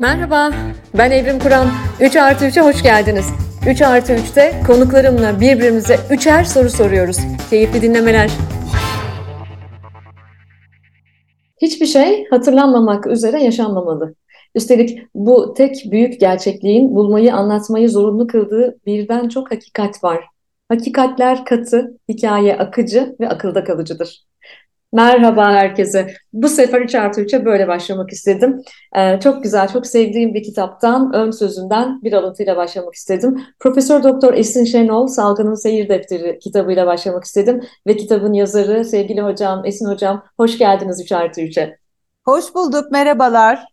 Merhaba, ben Evrim Kur'an. 3 artı 3'e hoş geldiniz. 3 artı 3'te konuklarımla birbirimize üçer soru soruyoruz. Keyifli dinlemeler. Hiçbir şey hatırlanmamak üzere yaşanmamalı. Üstelik bu tek büyük gerçekliğin bulmayı, anlatmayı zorunlu kıldığı birden çok hakikat var. Hakikatler katı, hikaye akıcı ve akılda kalıcıdır. Merhaba herkese. Bu sefer 3 artı 3'e böyle başlamak istedim. Çok güzel, çok sevdiğim bir kitaptan, ön sözünden bir alıntıyla başlamak istedim. Profesör Doktor Esin Şenol, Salgının Seyir Defteri kitabıyla başlamak istedim. Ve kitabın yazarı, sevgili hocam, Esin hocam, hoş geldiniz 3 artı 3'e. Hoş bulduk, merhabalar.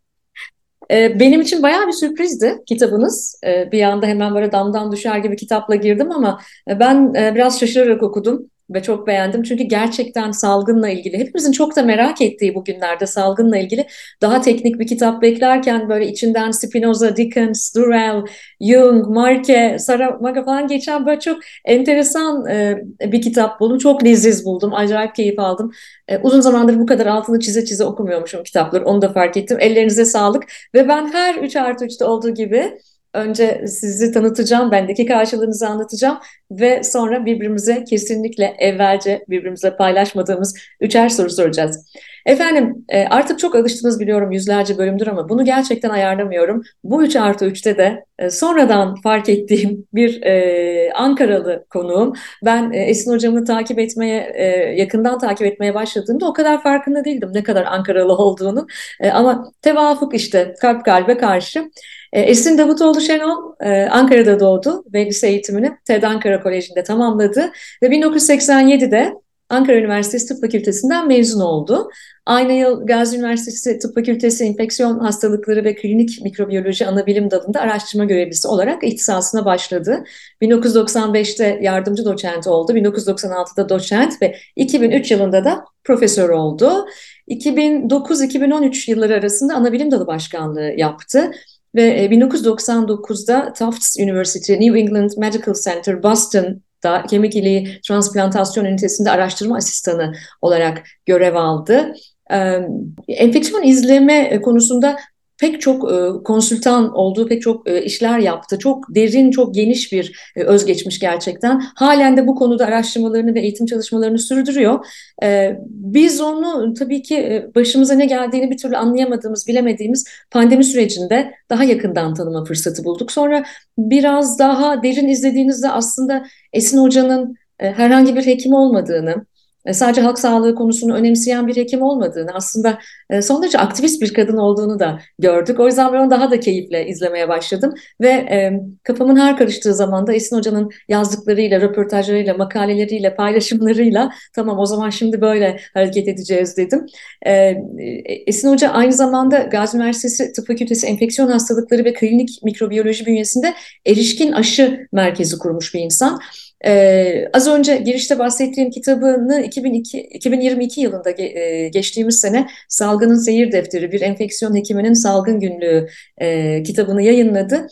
Benim için bayağı bir sürprizdi kitabınız. Bir anda hemen böyle damdan düşer gibi kitapla girdim ama ben biraz şaşırarak okudum ve çok beğendim. Çünkü gerçekten salgınla ilgili, hepimizin çok da merak ettiği bugünlerde salgınla ilgili daha teknik bir kitap beklerken böyle içinden Spinoza, Dickens, Durrell, Jung, Marke, Saramago falan geçen böyle çok enteresan bir kitap buldum. Çok leziz buldum, acayip keyif aldım. Uzun zamandır bu kadar altını çize çize okumuyormuşum kitapları, onu da fark ettim. Ellerinize sağlık. Ve ben her 3 artı 3'te olduğu gibi önce sizi tanıtacağım, bendeki karşılığınızı anlatacağım ve sonra birbirimize kesinlikle evvelce birbirimize paylaşmadığımız üçer soru soracağız. Efendim artık çok alıştınız biliyorum yüzlerce bölümdür ama bunu gerçekten ayarlamıyorum. Bu 3 artı 3'te de sonradan fark ettiğim bir Ankaralı konuğum. Ben Esin hocamı takip etmeye, yakından takip etmeye başladığımda o kadar farkında değildim ne kadar Ankaralı olduğunu. Ama tevafuk işte kalp kalbe karşı. Esin Davutoğlu Şenol Ankara'da doğdu ve lise eğitimini TED Ankara Koleji'nde tamamladı ve 1987'de Ankara Üniversitesi Tıp Fakültesinden mezun oldu. Aynı yıl Gazi Üniversitesi Tıp Fakültesi Enfeksiyon Hastalıkları ve Klinik Mikrobiyoloji Anabilim Dalı'nda araştırma görevlisi olarak ihtisasına başladı. 1995'te yardımcı doçent oldu, 1996'da doçent ve 2003 yılında da profesör oldu. 2009-2013 yılları arasında Anabilim Dalı Başkanlığı yaptı. Ve 1999'da Tufts University, New England Medical Center, Boston'da kemik iliği transplantasyon ünitesinde araştırma asistanı olarak görev aldı. Enfeksiyon izleme konusunda pek çok konsültan olduğu pek çok işler yaptı. Çok derin, çok geniş bir özgeçmiş gerçekten. Halen de bu konuda araştırmalarını ve eğitim çalışmalarını sürdürüyor. Biz onu tabii ki başımıza ne geldiğini bir türlü anlayamadığımız, bilemediğimiz pandemi sürecinde daha yakından tanıma fırsatı bulduk. Sonra biraz daha derin izlediğinizde aslında Esin Hoca'nın herhangi bir hekim olmadığını, sadece halk sağlığı konusunu önemseyen bir hekim olmadığını, aslında son derece aktivist bir kadın olduğunu da gördük. O yüzden ben onu daha da keyifle izlemeye başladım ve kafamın her karıştığı zamanda Esin Hoca'nın yazdıklarıyla, röportajlarıyla, makaleleriyle, paylaşımlarıyla tamam o zaman şimdi böyle hareket edeceğiz dedim. E, Esin Hoca aynı zamanda Gazi Üniversitesi Tıp Fakültesi Enfeksiyon Hastalıkları ve Klinik Mikrobiyoloji bünyesinde erişkin aşı merkezi kurmuş bir insan. Az önce girişte bahsettiğim kitabını 2022 yılında geçtiğimiz sene Salgının Seyir Defteri, bir enfeksiyon hekiminin salgın günlüğü kitabını yayınladı.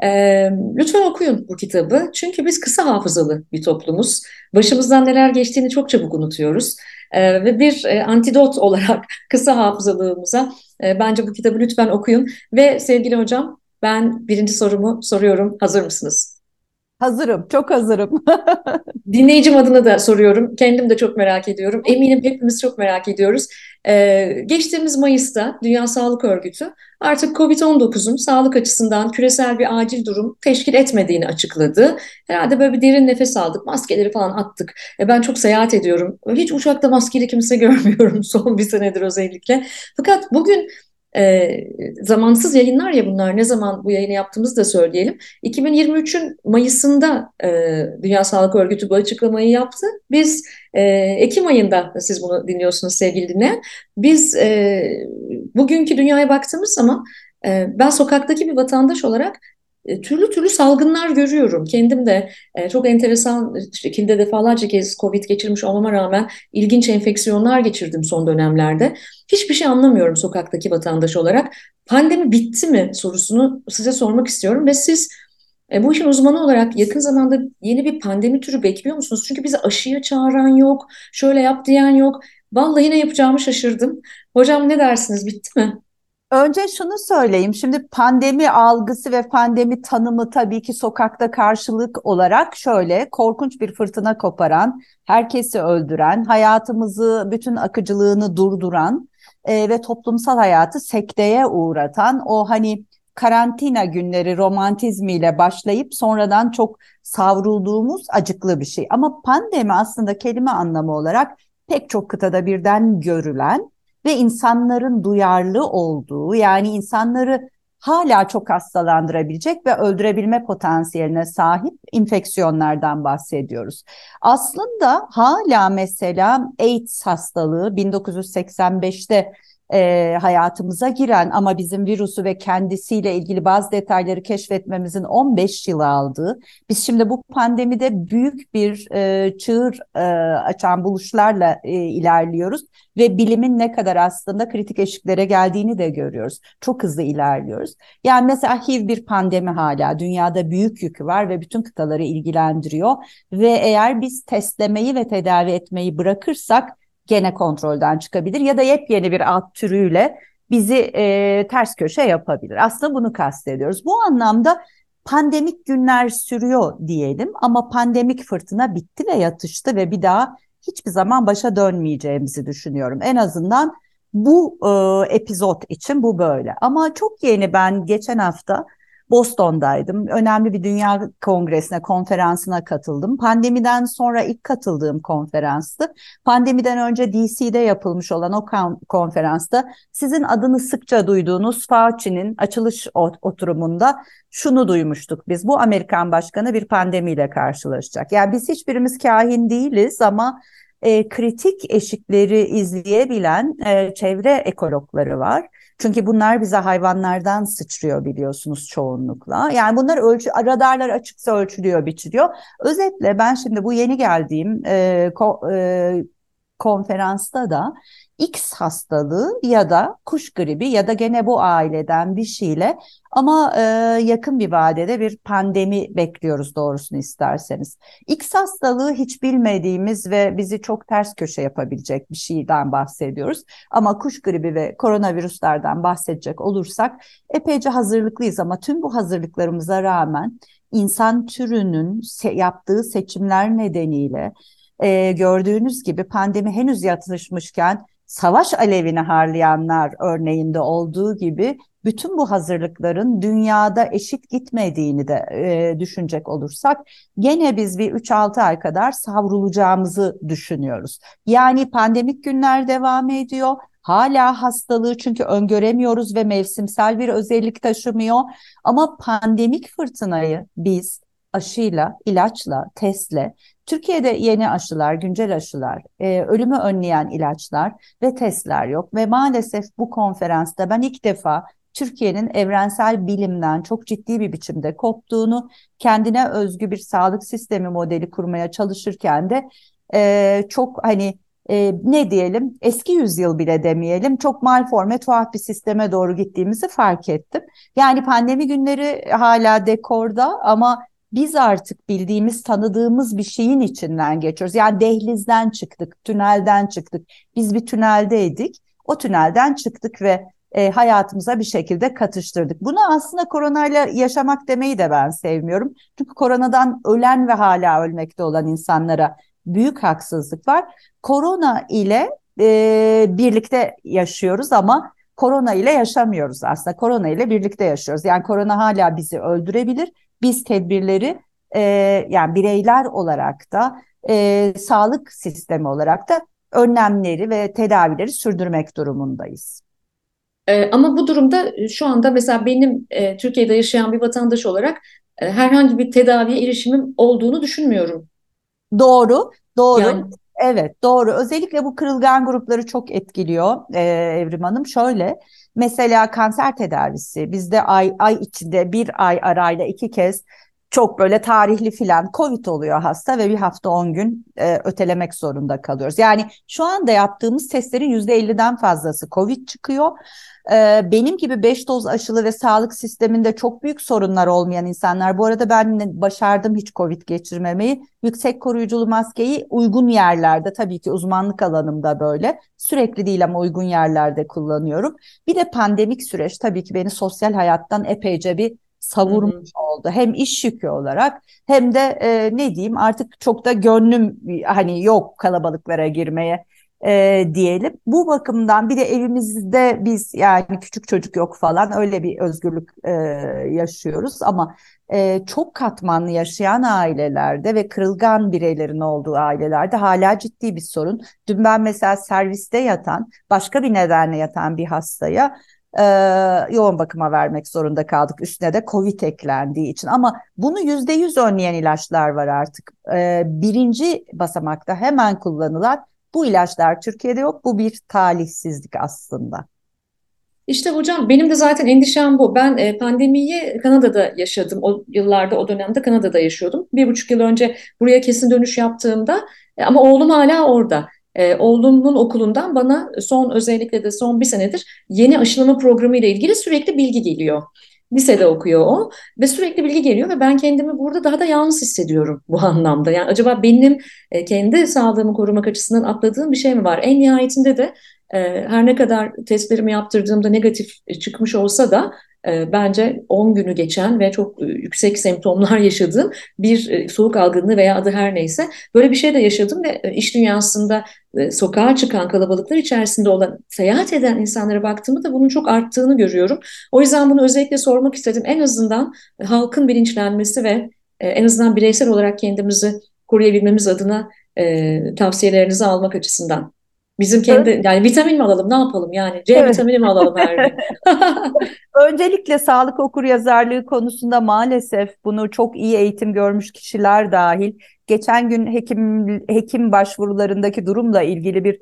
Lütfen okuyun bu kitabı. Çünkü biz kısa hafızalı bir toplumuz. Başımızdan neler geçtiğini çok çabuk unutuyoruz. Ve bir antidot olarak kısa hafızalığımıza bence bu kitabı lütfen okuyun. Ve sevgili hocam ben birinci sorumu soruyorum. Hazır mısınız? Hazırım, çok hazırım. Dinleyicim adına da soruyorum. Kendim de çok merak ediyorum. Eminim hepimiz çok merak ediyoruz. Geçtiğimiz Mayıs'ta Dünya Sağlık Örgütü artık COVID-19'un sağlık açısından küresel bir acil durum teşkil etmediğini açıkladı. Herhalde böyle bir derin nefes aldık, maskeleri falan attık. Ben çok seyahat ediyorum. Hiç uçakta maskeli kimse görmüyorum son bir senedir özellikle. Fakat bugün zamansız yayınlar ya bunlar. Ne zaman bu yayını yaptığımızı da söyleyelim. 2023'ün Mayıs'ında Dünya Sağlık Örgütü bu açıklamayı yaptı. Biz Ekim ayında, siz bunu dinliyorsunuz sevgili dinleyen, biz bugünkü dünyaya baktığımız zaman ben sokaktaki bir vatandaş olarak türlü türlü salgınlar görüyorum. Kendim de çok enteresan şekilde defalarca kez COVID geçirmiş olmama rağmen ilginç enfeksiyonlar geçirdim son dönemlerde. Hiçbir şey anlamıyorum sokaktaki vatandaş olarak. Pandemi bitti mi sorusunu size sormak istiyorum ve siz bu işin uzmanı olarak yakın zamanda yeni bir pandemi türü bekliyor musunuz? Çünkü bizi aşıya çağıran yok, şöyle yap diyen yok. Vallahi ne yapacağımı şaşırdım. Hocam ne dersiniz? Bitti mi? Önce şunu söyleyeyim. Şimdi pandemi algısı ve pandemi tanımı tabii ki sokakta karşılık olarak şöyle korkunç bir fırtına koparan, herkesi öldüren, hayatımızı bütün akıcılığını durduran ve toplumsal hayatı sekteye uğratan o hani karantina günleri romantizmiyle başlayıp sonradan çok savrulduğumuz acıklı bir şey. Ama pandemi aslında kelime anlamı olarak pek çok kıtada birden görülen ve insanların duyarlı olduğu, yani insanları hala çok hastalandırabilecek ve öldürebilme potansiyeline sahip enfeksiyonlardan bahsediyoruz. Aslında hala mesela AIDS hastalığı 1985'te hayatımıza giren ama bizim virüsü ve kendisiyle ilgili bazı detayları keşfetmemizin 15 yılı aldığı, biz şimdi bu pandemide büyük bir çığır açan buluşlarla ilerliyoruz ve bilimin ne kadar aslında kritik eşiklere geldiğini de görüyoruz. Çok hızlı ilerliyoruz. Yani mesela HIV bir pandemi, hala dünyada büyük yükü var ve bütün kıtaları ilgilendiriyor ve eğer biz testlemeyi ve tedavi etmeyi bırakırsak gene kontrolden çıkabilir ya da yepyeni bir alt türüyle bizi ters köşe yapabilir. Aslında bunu kastediyoruz. Bu anlamda pandemik günler sürüyor diyelim ama pandemik fırtına bitti ve yatıştı ve bir daha hiçbir zaman başa dönmeyeceğimizi düşünüyorum. En azından bu epizot için bu böyle. Ama çok yeni, ben geçen hafta Boston'daydım. Önemli bir dünya kongresine, konferansına katıldım. Pandemiden sonra ilk katıldığım konferanstı. Pandemiden önce DC'de yapılmış olan o konferansta sizin adını sıkça duyduğunuz Fauci'nin açılış oturumunda şunu duymuştuk biz: bu Amerikan başkanı bir pandemiyle karşılaşacak. Yani biz hiçbirimiz kahin değiliz ama kritik eşikleri izleyebilen çevre ekologları var. Çünkü bunlar bize hayvanlardan sıçrıyor biliyorsunuz çoğunlukla. Yani bunlar radarlar açıksa ölçülüyor, biçiliyor. Özetle ben şimdi bu yeni geldiğim konferansta da X hastalığı ya da kuş gribi ya da gene bu aileden bir şeyle ama yakın bir vadede bir pandemi bekliyoruz doğrusunu isterseniz. X hastalığı hiç bilmediğimiz ve bizi çok ters köşe yapabilecek bir şeyden bahsediyoruz. Ama kuş gribi ve koronavirüslerden bahsedecek olursak epeyce hazırlıklıyız ama tüm bu hazırlıklarımıza rağmen insan türünün yaptığı seçimler nedeniyle gördüğünüz gibi pandemi henüz yatışmışken savaş alevini harlayanlar örneğinde olduğu gibi bütün bu hazırlıkların dünyada eşit gitmediğini de düşünecek olursak gene biz bir 3-6 ay kadar savrulacağımızı düşünüyoruz. Yani pandemik günler devam ediyor. Hala hastalığı çünkü öngöremiyoruz ve mevsimsel bir özellik taşımıyor. Ama pandemik fırtınayı biz aşıyla, ilaçla, testle, Türkiye'de yeni aşılar, güncel aşılar, ölümü önleyen ilaçlar ve testler yok. Ve maalesef bu konferansta ben ilk defa Türkiye'nin evrensel bilimden çok ciddi bir biçimde koptuğunu, kendine özgü bir sağlık sistemi modeli kurmaya çalışırken de çok hani ne diyelim, eski yüzyıl bile demeyelim, çok malforme tuhaf bir sisteme doğru gittiğimizi fark ettim. Yani pandemi günleri hala dekorda ama biz artık bildiğimiz, tanıdığımız bir şeyin içinden geçiyoruz. Yani dehlizden çıktık, tünelden çıktık. Biz bir tüneldeydik. O tünelden çıktık ve hayatımıza bir şekilde katıştırdık. Bunu aslında koronayla yaşamak demeyi de ben sevmiyorum. Çünkü koronadan ölen ve hala ölmekte olan insanlara büyük haksızlık var. Korona ile birlikte yaşıyoruz ama korona ile yaşamıyoruz aslında. Korona ile birlikte yaşıyoruz. Yani korona hala bizi öldürebilir. Biz tedbirleri yani bireyler olarak da sağlık sistemi olarak da önlemleri ve tedavileri sürdürmek durumundayız. Ama bu durumda şu anda mesela benim Türkiye'de yaşayan bir vatandaş olarak herhangi bir tedaviye erişimim olduğunu düşünmüyorum. Doğru, doğru. Yani Evet, doğru. Özellikle bu kırılgan grupları çok etkiliyor Evrim Hanım. Şöyle, mesela kanser tedavisi bizde ay içinde bir ay arayla 2 kez çok böyle tarihli filan Covid oluyor hasta ve bir hafta 10 gün ötelemek zorunda kalıyoruz. Yani şu anda yaptığımız testlerin %50'den fazlası Covid çıkıyor. Benim gibi 5 doz aşılı ve sağlık sisteminde çok büyük sorunlar olmayan insanlar, bu arada ben başardım hiç Covid geçirmemeyi. Yüksek koruyuculu maskeyi uygun yerlerde, tabii ki uzmanlık alanımda böyle sürekli değil ama uygun yerlerde kullanıyorum. Bir de pandemik süreç tabii ki beni sosyal hayattan epeyce bir Hı savurmuş hı. oldu. Hem iş yükü olarak hem de ne diyeyim, artık çok da gönlüm hani yok kalabalıklara girmeye diyelim. Bu bakımdan bir de evimizde biz, yani küçük çocuk yok falan, öyle bir özgürlük yaşıyoruz ama çok katmanlı yaşayan ailelerde ve kırılgan bireylerin olduğu ailelerde hala ciddi bir sorun. Dün ben mesela serviste yatan, başka bir nedenle yatan bir hastaya e, yoğun bakıma vermek zorunda kaldık. Üstüne de Covid eklendiği için. Ama bunu %100 önleyen ilaçlar var artık. Birinci basamakta hemen kullanılan bu ilaçlar Türkiye'de yok. Bu bir talihsizlik aslında. İşte hocam benim de zaten endişem bu. Ben pandemiyi Kanada'da yaşadım. O yıllarda, o dönemde Kanada'da yaşıyordum. 1,5 yıl önce buraya kesin dönüş yaptığımda ama oğlum hala orada. Oğlumun okulundan bana özellikle de son bir senedir yeni aşılama programı ile ilgili sürekli bilgi geliyor. Lisede okuyor o ve sürekli bilgi geliyor ve ben kendimi burada daha da yalnız hissediyorum bu anlamda. Yani acaba benim kendi sağlığımı korumak açısından atladığım bir şey mi var? En nihayetinde de her ne kadar testlerimi yaptırdığımda negatif çıkmış olsa da bence 10 günü geçen ve çok yüksek semptomlar yaşadığım bir soğuk algınlığı veya adı her neyse böyle bir şey de yaşadım ve iş dünyasında sokağa çıkan kalabalıklar içerisinde olan seyahat eden insanlara baktığımda da bunun çok arttığını görüyorum. O yüzden bunu özellikle sormak istedim. En azından halkın bilinçlenmesi ve en azından bireysel olarak kendimizi koruyabilmemiz adına tavsiyelerinizi almak açısından. Bizim kendi yani vitamin mi alalım ne yapalım yani C Evet. vitamini mi alalım her gün? Öncelikle sağlık okuryazarlığı konusunda maalesef bunu çok iyi eğitim görmüş kişiler dahil. Geçen gün hekim başvurularındaki durumla ilgili bir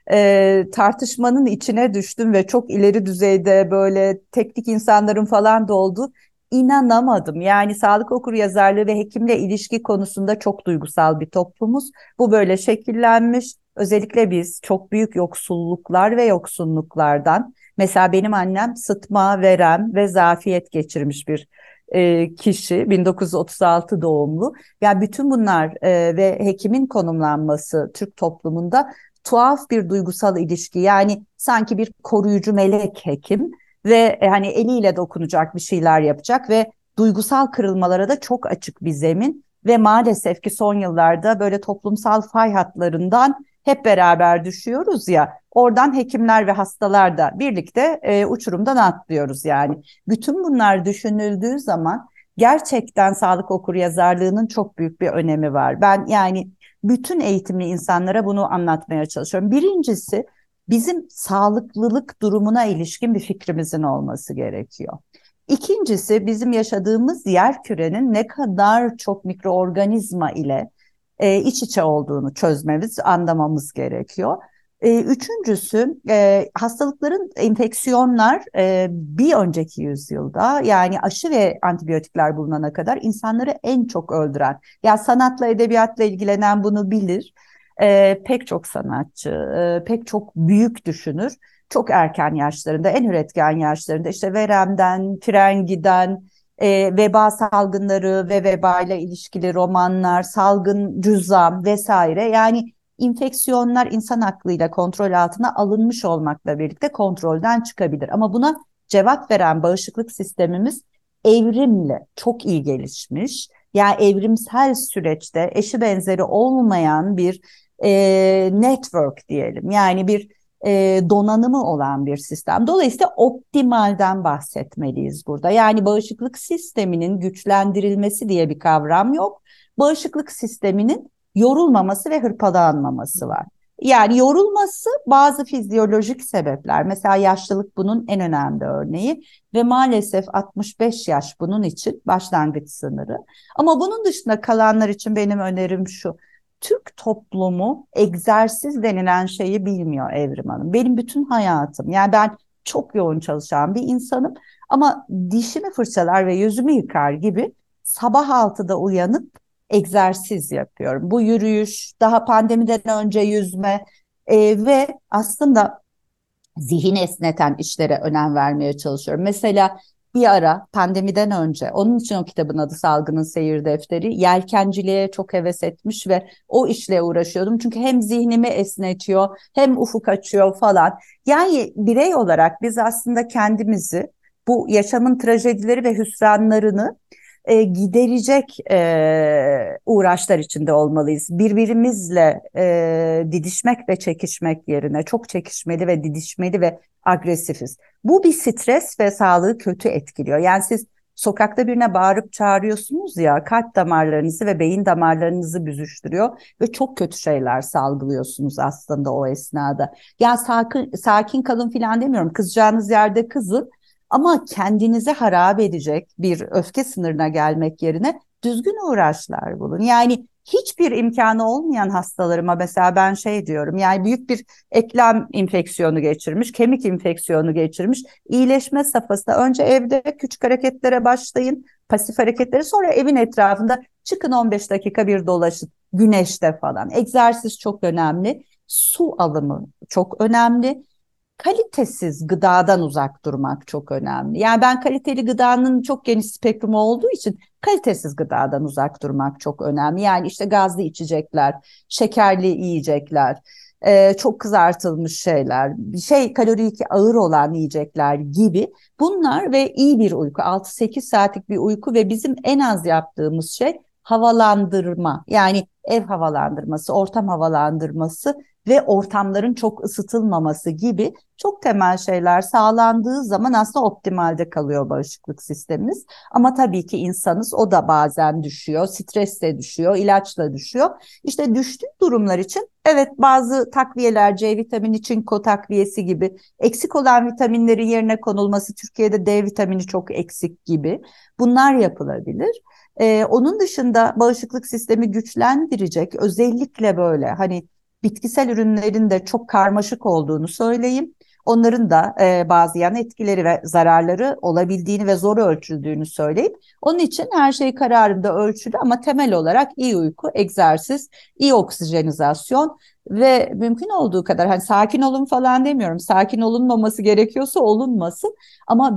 tartışmanın içine düştüm ve çok ileri düzeyde böyle teknik insanların falan da oldu. İnanamadım. Yani sağlık okuryazarlığı ve hekimle ilişki konusunda çok duygusal bir toplumuz. Bu böyle şekillenmiş. Özellikle biz çok büyük yoksulluklar ve yoksunluklardan, mesela benim annem sıtma, verem ve zafiyet geçirmiş bir kişi, 1936 doğumlu. Yani bütün bunlar ve hekimin konumlanması Türk toplumunda tuhaf bir duygusal ilişki. Yani sanki bir koruyucu melek hekim ve hani eliyle dokunacak bir şeyler yapacak ve duygusal kırılmalara da çok açık bir zemin. Ve maalesef ki son yıllarda böyle toplumsal fay hatlarından hep beraber düşüyoruz ya. Oradan hekimler ve hastalar da birlikte uçurumdan atlıyoruz yani. Bütün bunlar düşünüldüğü zaman gerçekten sağlık okuryazarlığının çok büyük bir önemi var. Ben yani bütün eğitimli insanlara bunu anlatmaya çalışıyorum. Birincisi, bizim sağlıklılık durumuna ilişkin bir fikrimizin olması gerekiyor. İkincisi, bizim yaşadığımız yer kürenin ne kadar çok mikroorganizma ile iç içe olduğunu çözmemiz, anlamamız gerekiyor. Üçüncüsü, hastalıkların, enfeksiyonlar bir önceki yüzyılda, yani aşı ve antibiyotikler bulunana kadar insanları en çok öldüren. Ya sanatla, edebiyatla ilgilenen bunu bilir. Pek çok sanatçı, pek çok büyük düşünür, çok erken yaşlarında, en üretken yaşlarında işte veremden, frengiden, veba salgınları ve vebayla ilişkili romanlar, salgın cüzzam vesaire. Yani infeksiyonlar insan aklıyla kontrol altına alınmış olmakla birlikte kontrolden çıkabilir. Ama buna cevap veren bağışıklık sistemimiz evrimle çok iyi gelişmiş. Yani evrimsel süreçte eşi benzeri olmayan bir network diyelim. Yani bir donanımı olan bir sistem. Dolayısıyla optimalden bahsetmeliyiz burada. Yani bağışıklık sisteminin güçlendirilmesi diye bir kavram yok. Bağışıklık sisteminin yorulmaması ve hırpalanmaması var. Yani yorulması bazı fizyolojik sebepler. Mesela yaşlılık bunun en önemli örneği ve maalesef 65 yaş bunun için başlangıç sınırı. Ama bunun dışında kalanlar için benim önerim şu: Türk toplumu egzersiz denilen şeyi bilmiyor Evrim Hanım. Benim bütün hayatım, yani ben çok yoğun çalışan bir insanım ama dişimi fırçalar ve yüzümü yıkar gibi sabah 6'da uyanıp egzersiz yapıyorum. Bu yürüyüş, daha pandemiden önce yüzme ve aslında zihin esneten işlere önem vermeye çalışıyorum. Mesela bir ara pandemiden önce, onun için o kitabın adı Salgının Seyir Defteri, yelkenciliğe çok heves etmiş ve o işle uğraşıyordum. Çünkü hem zihnimi esnetiyor, hem ufuk açıyor falan. Yani birey olarak biz aslında kendimizi, bu yaşamın trajedileri ve hüsranlarını giderecek uğraşlar içinde olmalıyız. Birbirimizle didişmek ve çekişmek yerine çok çekişmeli ve didişmeli ve agresifiz. Bu bir stres ve sağlığı kötü etkiliyor. Yani siz sokakta birine bağırıp çağırıyorsunuz ya, kalp damarlarınızı ve beyin damarlarınızı büzüştürüyor ve çok kötü şeyler salgılıyorsunuz aslında o esnada. Yani sakin kalın falan demiyorum. Kızacağınız yerde kızın, ama kendinize harap edecek bir öfke sınırına gelmek yerine düzgün uğraşlar bulun. Yani hiçbir imkanı olmayan hastalarıma mesela ben şey diyorum, yani büyük bir eklem enfeksiyonu geçirmiş, kemik enfeksiyonu geçirmiş, iyileşme safhasında önce evde küçük hareketlere başlayın, pasif hareketleri, sonra evin etrafında çıkın 15 dakika bir dolaşın, güneşte falan. Egzersiz çok önemli, su alımı çok önemli. Kalitesiz gıdadan uzak durmak çok önemli. Yani ben kaliteli gıdanın çok geniş spektrumu olduğu için kalitesiz gıdadan uzak durmak çok önemli. Yani işte gazlı içecekler, şekerli yiyecekler, çok kızartılmış şeyler, kalorisi ağır olan yiyecekler gibi bunlar ve iyi bir uyku, 6-8 saatlik bir uyku ve bizim en az yaptığımız şey havalandırma. Yani ev havalandırması, ortam havalandırması ve ortamların çok ısıtılmaması gibi çok temel şeyler sağlandığı zaman aslında optimalde kalıyor bağışıklık sistemimiz. Ama tabii ki insanız, o da bazen düşüyor, stresle düşüyor, ilaçla düşüyor. İşte düştüğü durumlar için evet, bazı takviyeler, C vitamini, çinko takviyesi gibi eksik olan vitaminlerin yerine konulması, Türkiye'de D vitamini çok eksik gibi, bunlar yapılabilir. Onun dışında bağışıklık sistemi güçlendirecek özellikle böyle hani bitkisel ürünlerin de çok karmaşık olduğunu söyleyeyim. Onların da bazı yan etkileri ve zararları olabildiğini ve zor ölçüldüğünü söyleyip, onun için her şey kararında ölçülü ama temel olarak iyi uyku, egzersiz, iyi oksijenizasyon ve mümkün olduğu kadar, hani sakin olun falan demiyorum. Sakin olunmaması gerekiyorsa olunmasın, ama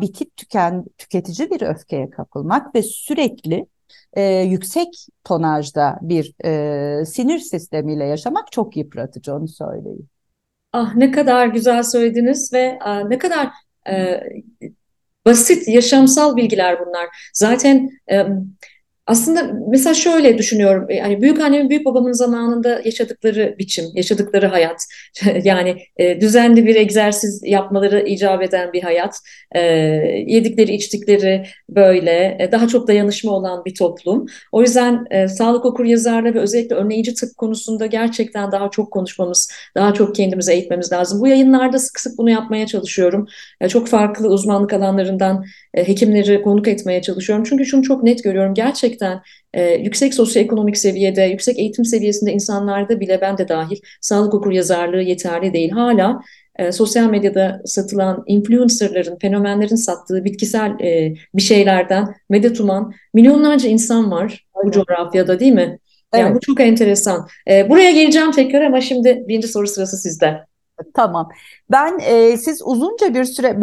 tüketici bir öfkeye kapılmak ve sürekli yüksek tonajda bir sinir sistemiyle yaşamak çok yıpratıcı, onu söyleyeyim. Ah, ne kadar güzel söylediniz ve ne kadar e, basit yaşamsal bilgiler bunlar. Zaten aslında mesela şöyle düşünüyorum, yani büyük annemin, büyük babamın zamanında yaşadıkları biçim, yaşadıkları hayat, yani düzenli bir egzersiz yapmaları icap eden bir hayat, e, yedikleri, içtikleri böyle daha çok dayanışma olan bir toplum. O yüzden sağlık okuryazarlığı ve özellikle önleyici tıp konusunda gerçekten daha çok konuşmamız, daha çok kendimize eğitmemiz lazım. Bu yayınlarda sık sık bunu yapmaya çalışıyorum. Çok farklı uzmanlık alanlarından hekimleri konuk etmeye çalışıyorum. Çünkü şunu çok net görüyorum. Gerçekten yüksek sosyoekonomik seviyede, yüksek eğitim seviyesinde insanlarda bile, ben de dahil, sağlık okuryazarlığı yeterli değil. Hala sosyal medyada satılan influencerların, fenomenlerin sattığı bitkisel bir şeylerden medet uman milyonlarca insan var bu Öyle. coğrafyada, değil mi? Yani bu Evet. çok enteresan. Buraya geleceğim tekrar ama şimdi birinci soru sırası sizde. Tamam. Siz uzunca bir süre,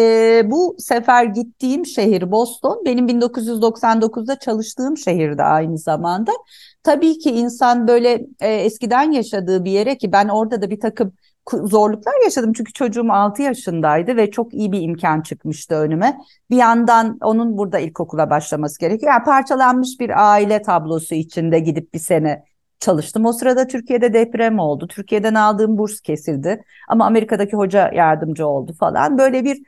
bu sefer gittiğim şehir Boston, benim 1999'da çalıştığım şehirde aynı zamanda. Tabii ki insan böyle eskiden yaşadığı bir yere, ki ben orada da bir takım zorluklar yaşadım. Çünkü çocuğum 6 yaşındaydı ve çok iyi bir imkan çıkmıştı önüme. Bir yandan onun burada ilkokula başlaması gerekiyor. Yani parçalanmış bir aile tablosu içinde gidip bir sene çalıştım. O sırada Türkiye'de deprem oldu. Türkiye'den aldığım burs kesildi. Ama Amerika'daki hoca yardımcı oldu falan. Böyle bir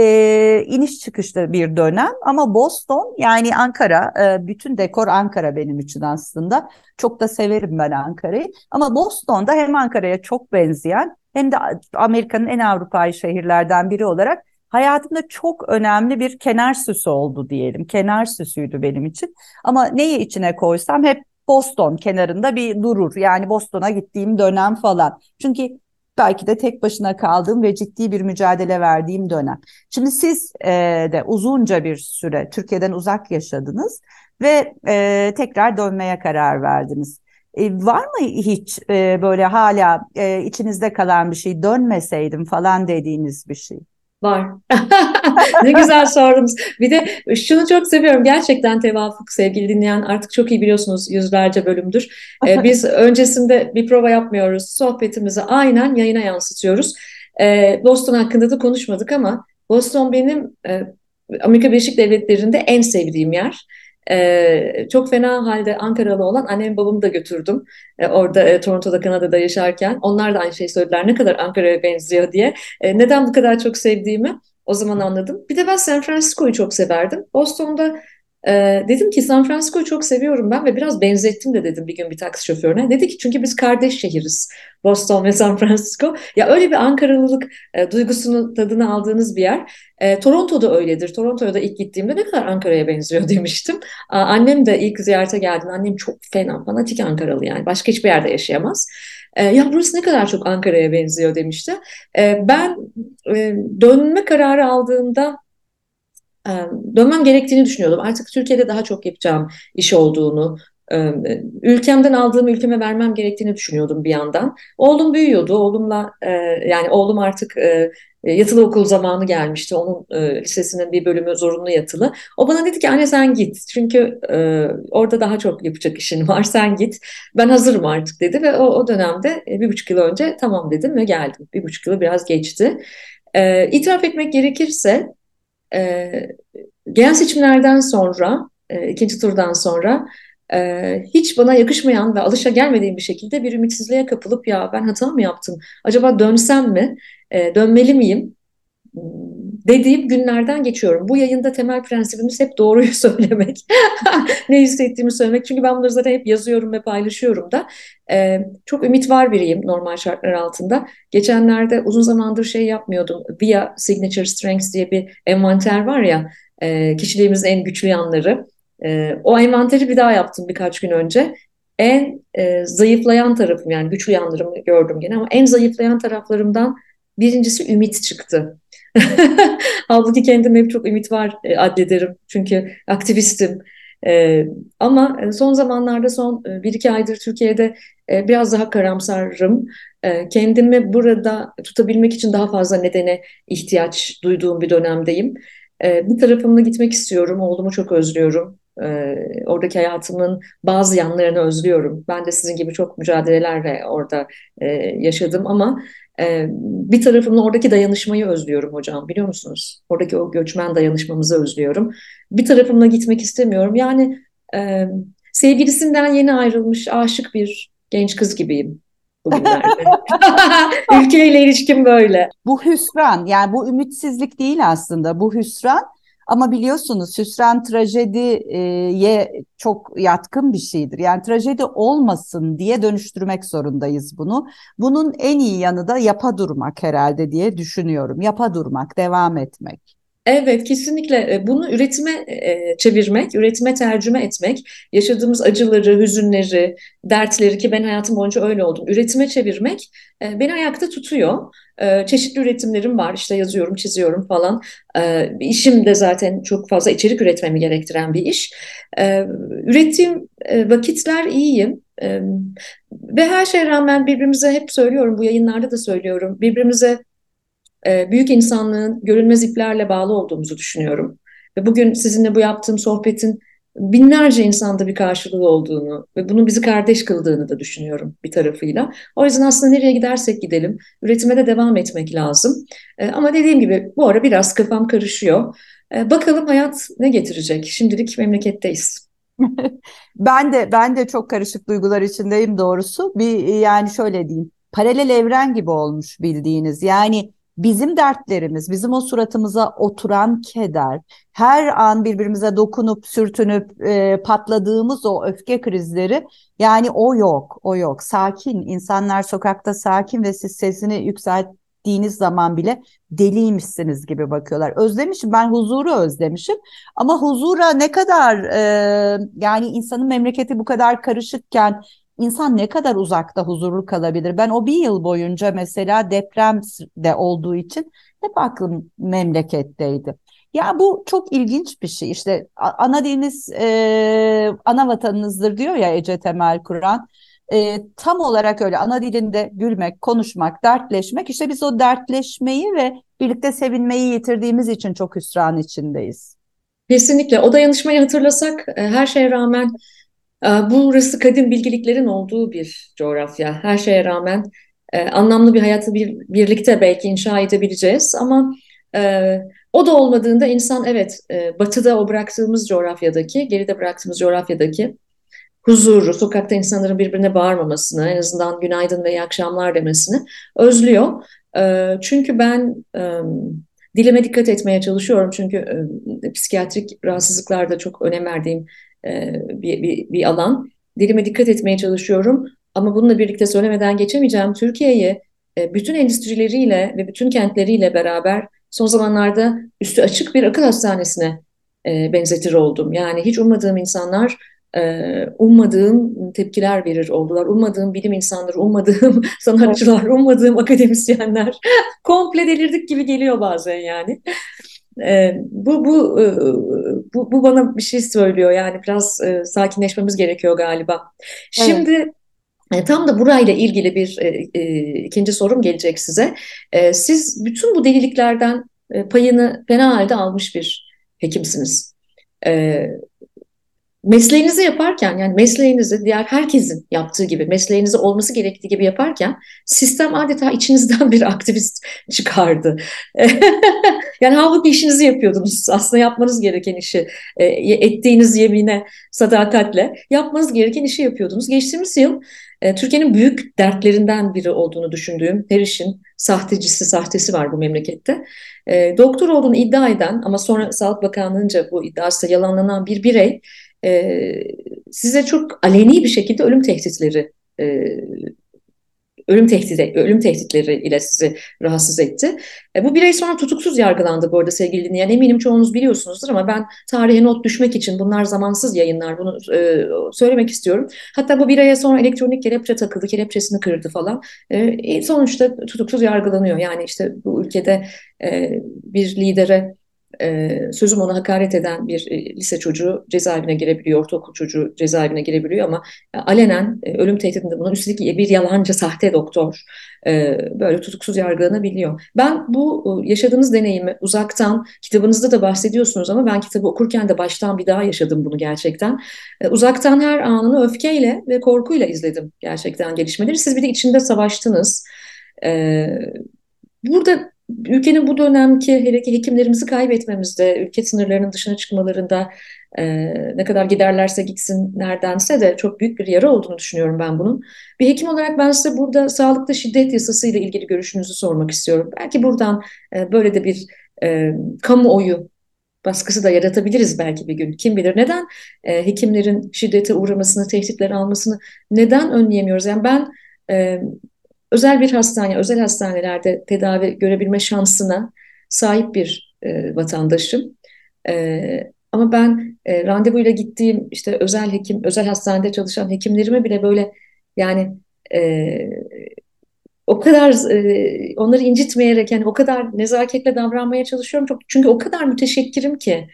iniş çıkışlı bir dönem. Ama Boston, yani Ankara, bütün dekor Ankara benim için aslında. Çok da severim ben Ankara'yı. Ama Boston'da hem Ankara'ya çok benzeyen hem de Amerika'nın en Avrupa'yı şehirlerden biri olarak hayatımda çok önemli bir kenar süsü oldu diyelim. Kenar süsüydü benim için. Ama neyi içine koysam hep Boston kenarında bir durur. Yani Boston'a gittiğim dönem falan. Çünkü belki de tek başına kaldığım ve ciddi bir mücadele verdiğim dönem. Şimdi siz de uzunca bir süre Türkiye'den uzak yaşadınız ve tekrar dönmeye karar verdiniz. Var mı hiç böyle hala içinizde kalan bir şey, dönmeseydim falan dediğiniz bir şey? Var. Ne güzel sordunuz. Bir de şunu çok seviyorum. Gerçekten tevafuk sevgili dinleyen artık çok iyi biliyorsunuz yüzlerce bölümdür. Biz öncesinde bir prova yapmıyoruz. Sohbetimizi aynen yayına yansıtıyoruz. Boston hakkında da konuşmadık ama Boston benim Amerika Birleşik Devletleri'nde en sevdiğim yer. Çok fena halde Ankaralı olan annem babamı da götürdüm. Orada Toronto'da, Kanada'da yaşarken. Onlar da aynı şeyi söylediler. Ne kadar Ankara'ya benziyor diye. Neden bu kadar çok sevdiğimi o zaman anladım. Bir de ben San Francisco'yu çok severdim. Boston'da dedim ki San Francisco'yu çok seviyorum ben ve biraz benzettim de dedim bir gün bir taksi şoförüne. Dedi ki çünkü biz kardeş şehiriz Boston ve San Francisco. Ya öyle bir Ankaralılık duygusunu tadını aldığınız bir yer. Toronto'da öyledir. Toronto'ya da ilk gittiğimde ne kadar Ankara'ya benziyor demiştim. Annem de ilk ziyarete geldiğinde annem çok fena fanatik Ankaralı yani başka hiçbir yerde yaşayamaz. Ya burası ne kadar çok Ankara'ya benziyor demişti. Ben dönme kararı aldığımda e, dönmem gerektiğini düşünüyordum. Artık Türkiye'de daha çok yapacağım iş olduğunu, e, ülkemden aldığım ülkeme vermem gerektiğini düşünüyordum bir yandan. Oğlum büyüyordu. Oğlumla yani oğlum artık yatılı okul zamanı gelmişti. Onun lisesinin bir bölümü zorunlu yatılı. O bana dedi ki anne sen git. Çünkü orada daha çok yapacak işin var. Sen git. Ben hazırım artık dedi ve o dönemde 1,5 yıl önce tamam dedim ve geldim. 1,5 yılı biraz geçti. İtiraf etmek gerekirse e, genel seçimlerden sonra, ikinci turdan sonra hiç bana yakışmayan ve alışagelmediğim bir şekilde bir ümitsizliğe kapılıp ya ben hata mı yaptım? Acaba dönsem mi? Dönmeli miyim? Dediğim günlerden geçiyorum. Bu yayında temel prensibimiz hep doğruyu söylemek. Ne hissettiğimi söylemek. Çünkü ben bunları zaten hep yazıyorum ve paylaşıyorum da. Çok ümit var biriyim normal şartlar altında. Geçenlerde uzun zamandır şey yapmıyordum. VIA Signature Strengths diye bir envanter var ya. Kişiliğimizin en güçlü yanları. O envanteri bir daha yaptım birkaç gün önce. En zayıflayan tarafım yani güçlü yanlarımı gördüm gene ama en zayıflayan taraflarımdan birincisi ümit çıktı. Halbuki kendime hep çok ümit var addederim. Çünkü aktivistim. Ama son zamanlarda son 1-2 aydır Türkiye'de biraz daha karamsarım. Kendimi burada tutabilmek için daha fazla nedene ihtiyaç duyduğum bir dönemdeyim. Bir tarafımla gitmek istiyorum. Oğlumu çok özlüyorum. Oradaki hayatımın bazı yanlarını özlüyorum. Ben de sizin gibi çok mücadelelerle orada yaşadım ama bir tarafımla oradaki dayanışmayı özlüyorum hocam biliyor musunuz? Oradaki o göçmen dayanışmamızı özlüyorum. Bir tarafımla gitmek istemiyorum. Yani e, sevgilisinden yeni ayrılmış aşık bir genç kız gibiyim bugünlerde. Ülkeyle ilişkim böyle. Bu hüsran, yani bu ümitsizlik değil aslında, bu hüsran. Ama biliyorsunuz hüsran trajediye çok yatkın bir şeydir. Yani trajedi olmasın diye dönüştürmek zorundayız bunu. Bunun en iyi yanı da yapa durmak herhalde diye düşünüyorum. Yapa durmak, devam etmek. Evet, kesinlikle bunu üretime çevirmek, üretime tercüme etmek, yaşadığımız acıları, hüzünleri, dertleri ki ben hayatım boyunca öyle oldum, üretime çevirmek beni ayakta tutuyor. Çeşitli üretimlerim var, işte yazıyorum, çiziyorum falan. İşim de zaten çok fazla içerik üretmemi gerektiren bir iş. Ürettiğim vakitler iyiyim. Ve her şeye rağmen birbirimize hep söylüyorum, bu yayınlarda da söylüyorum, birbirimize büyük insanlığın görünmez iplerle bağlı olduğumuzu düşünüyorum. Ve bugün sizinle bu yaptığım sohbetin binlerce insanda bir karşılığı olduğunu ve bunun bizi kardeş kıldığını da düşünüyorum bir tarafıyla. O yüzden aslında nereye gidersek gidelim, üretime de devam etmek lazım. Ama dediğim gibi bu ara biraz kafam karışıyor. Bakalım hayat ne getirecek? Şimdilik memleketteyiz. Ben de çok karışık duygular içindeyim doğrusu. Yani şöyle diyeyim. Paralel evren gibi olmuş bildiğiniz. Yani bizim dertlerimiz, bizim o suratımıza oturan keder, her an birbirimize dokunup sürtünüp patladığımız o öfke krizleri, yani o yok, o yok. Sakin insanlar sokakta sakin ve siz sesini yükselttiğiniz zaman bile deliymişsiniz gibi bakıyorlar. Özlemişim, ben huzuru özlemişim. Ama huzura ne kadar yani insanın memleketi bu kadar karışıkken insan ne kadar uzakta huzurlu kalabilir? Ben o bir yıl boyunca mesela deprem de olduğu için hep aklım memleketteydi. Ya bu çok ilginç bir şey. İşte ana diliniz ana vatanınızdır diyor ya Ece Temel Kur'an. Tam olarak öyle ana dilinde gülmek, konuşmak, dertleşmek. İşte biz o dertleşmeyi ve birlikte sevinmeyi yitirdiğimiz için çok hüsran içindeyiz. Kesinlikle. O dayanışmayı hatırlasak her şeye rağmen burası kadim bilgeliklerin olduğu bir coğrafya. Her şeye rağmen anlamlı bir hayatı birlikte belki inşa edebileceğiz ama e, o da olmadığında insan evet batıda o bıraktığımız coğrafyadaki, geride bıraktığımız coğrafyadaki huzuru, sokakta insanların birbirine bağırmamasını, en azından günaydın ve iyi akşamlar demesini özlüyor. Çünkü ben dilime dikkat etmeye çalışıyorum. Çünkü psikiyatrik rahatsızlıklarda çok önem verdiğim bir alan. Dilime dikkat etmeye çalışıyorum. Ama bununla birlikte söylemeden geçemeyeceğim. Türkiye'yi bütün endüstrileriyle ve bütün kentleriyle beraber son zamanlarda üstü açık bir akıl hastanesine benzetir oldum. Yani hiç ummadığım insanlar ummadığım tepkiler verir oldular. Ummadığım bilim insanları, ummadığım sanatçılar, ummadığım akademisyenler. Komple delirdik gibi geliyor bazen yani. Bu bana bir şey söylüyor. Yani biraz sakinleşmemiz gerekiyor galiba. Evet. Şimdi tam da burayla ilgili bir ikinci sorum gelecek size. Siz bütün bu deliliklerden payını fena halde almış bir hekimsiniz. E, Mesleğinizi yaparken yani mesleğinizi diğer herkesin yaptığı gibi mesleğinizi olması gerektiği gibi yaparken sistem adeta içinizden bir aktivist çıkardı. Yani halbuki işinizi yapıyordunuz. Aslında yapmanız gereken işi ettiğiniz yemine sadakatle yapmanız gereken işi yapıyordunuz. Geçtiğimiz yıl Türkiye'nin büyük dertlerinden biri olduğunu düşündüğüm her işin sahtecisi, sahtesi var bu memlekette. Doktor olduğunu iddia eden ama sonra Sağlık Bakanlığı'nca bu iddiası yalanlanan bir birey size çok aleni bir şekilde e, ölüm tehditleri ile sizi rahatsız etti. Bu birey sonra tutuksuz yargılandı bu arada sevgili dinleyen. Eminim çoğunuz biliyorsunuzdur ama ben tarihe not düşmek için bunlar zamansız yayınlar bunu söylemek istiyorum. Hatta bu bireye sonra elektronik kelepçe takıldı, kelepçesini kırdı falan. Sonuçta tutuksuz yargılanıyor. Yani işte bu ülkede bir lidere sözüm ona hakaret eden bir lise çocuğu cezaevine girebiliyor, ortaokul çocuğu cezaevine girebiliyor ama alenen ölüm tehdidinde bulunan üstelik bir yalancı sahte doktor böyle tutuksuz yargılanabiliyor. Ben bu yaşadığınız deneyimi uzaktan kitabınızda da bahsediyorsunuz ama ben kitabı okurken de baştan bir daha yaşadım bunu gerçekten. Uzaktan her anını öfkeyle ve korkuyla izledim gerçekten gelişmeleri. Siz bir de içinde savaştınız. E, Burada ülkenin bu dönemki hele ki hekimlerimizi kaybetmemizde, ülke sınırlarının dışına çıkmalarında ne kadar giderlerse gitsinlerdense de çok büyük bir yara olduğunu düşünüyorum ben bunun. Bir hekim olarak ben size burada sağlıkta şiddet yasasıyla ilgili görüşünüzü sormak istiyorum. Belki buradan böyle de bir kamuoyu baskısı da yaratabiliriz belki bir gün. Kim bilir neden hekimlerin şiddete uğramasını, tehditler almasını neden önleyemiyoruz? Yani ben e, özel bir hastane, özel hastanelerde tedavi görebilme şansına sahip bir vatandaşım. Ama ben randevuyla gittiğim işte özel hekim, özel hastanede çalışan hekimlerime bile böyle yani e, o kadar onları incitmeyerek yani o kadar nezaketle davranmaya çalışıyorum. Çok, çünkü o kadar müteşekkirim ki.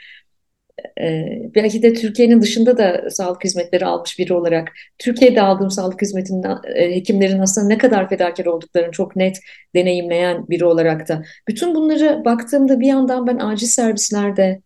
Belki de Türkiye'nin dışında da sağlık hizmetleri almış biri olarak Türkiye'de aldığım sağlık hizmetinin hekimlerin aslında ne kadar fedakar olduklarını çok net deneyimleyen biri olarak da bütün bunları baktığımda bir yandan ben acil servislerde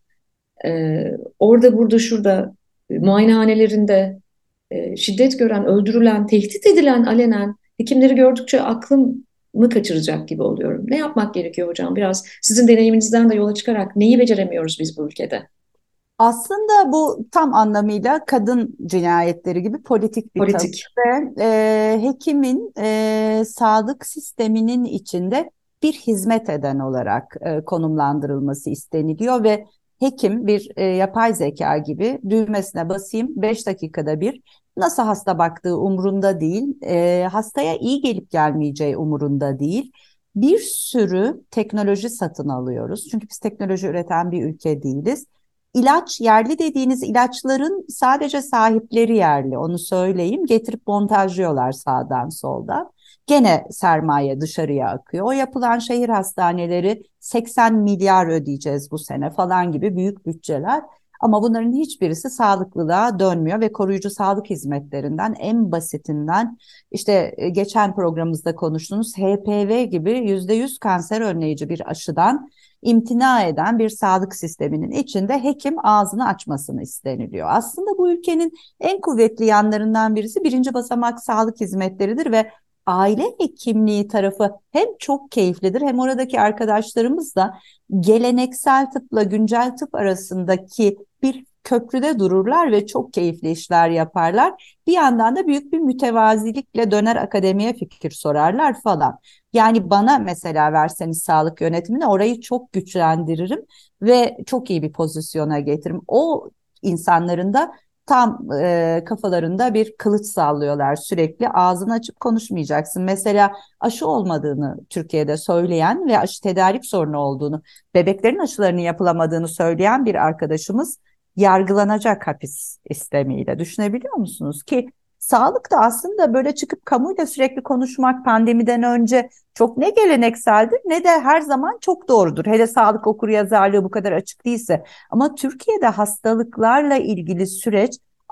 orada burada şurada muayenehanelerinde şiddet gören, öldürülen, tehdit edilen alenen hekimleri gördükçe aklımı kaçıracak gibi oluyorum. Ne yapmak gerekiyor hocam? Biraz sizin deneyiminizden de yola çıkarak neyi beceremiyoruz biz bu ülkede? Aslında bu tam anlamıyla kadın cinayetleri gibi politik bir tavır Politik. ve hekimin sağlık sisteminin içinde bir hizmet eden olarak konumlandırılması isteniliyor ve hekim bir yapay zeka gibi düğmesine basayım 5 dakikada bir nasıl hasta baktığı umurunda değil, hastaya iyi gelip gelmeyeceği umurunda değil. Bir sürü teknoloji satın alıyoruz çünkü biz teknoloji üreten bir ülke değiliz. ilaç, yerli dediğiniz ilaçların sadece sahipleri yerli, onu söyleyeyim. Getirip montajlıyorlar sağdan soldan. Gene sermaye dışarıya akıyor. O yapılan şehir hastaneleri 80 milyar ödeyeceğiz bu sene falan gibi büyük bütçeler. Ama bunların hiçbirisi sağlıklılığa dönmüyor ve koruyucu sağlık hizmetlerinden en basitinden işte geçen programımızda konuştuğunuz HPV gibi %100 kanser önleyici bir aşıdan imtina eden bir sağlık sisteminin içinde hekim ağzını açmasını isteniliyor. Aslında bu ülkenin en kuvvetli yanlarından birisi birinci basamak sağlık hizmetleridir ve aile hekimliği tarafı hem çok keyiflidir hem oradaki arkadaşlarımız da geleneksel tıpla güncel tıp arasındaki bir köprüde dururlar ve çok keyifli işler yaparlar. Bir yandan da büyük bir mütevazilikle döner akademiye fikir sorarlar falan. Yani bana mesela verseniz sağlık yönetimini orayı çok güçlendiririm ve çok iyi bir pozisyona getiririm. O insanların da tam kafalarında bir kılıç sallıyorlar sürekli. Ağzını açıp konuşmayacaksın. Mesela aşı olmadığını Türkiye'de söyleyen ve aşı tedarik sorunu olduğunu, bebeklerin aşılarının yapılamadığını söyleyen bir arkadaşımız yargılanacak hapis istemiyle. Düşünebiliyor musunuz? Ki sağlık da aslında böyle çıkıp kamuyla sürekli konuşmak pandemiden önce çok ne gelenekseldir ne de her zaman çok doğrudur. Hele sağlık okuryazarlığı bu kadar açık değilse. Ama Türkiye'de hastalıklarla ilgili süreç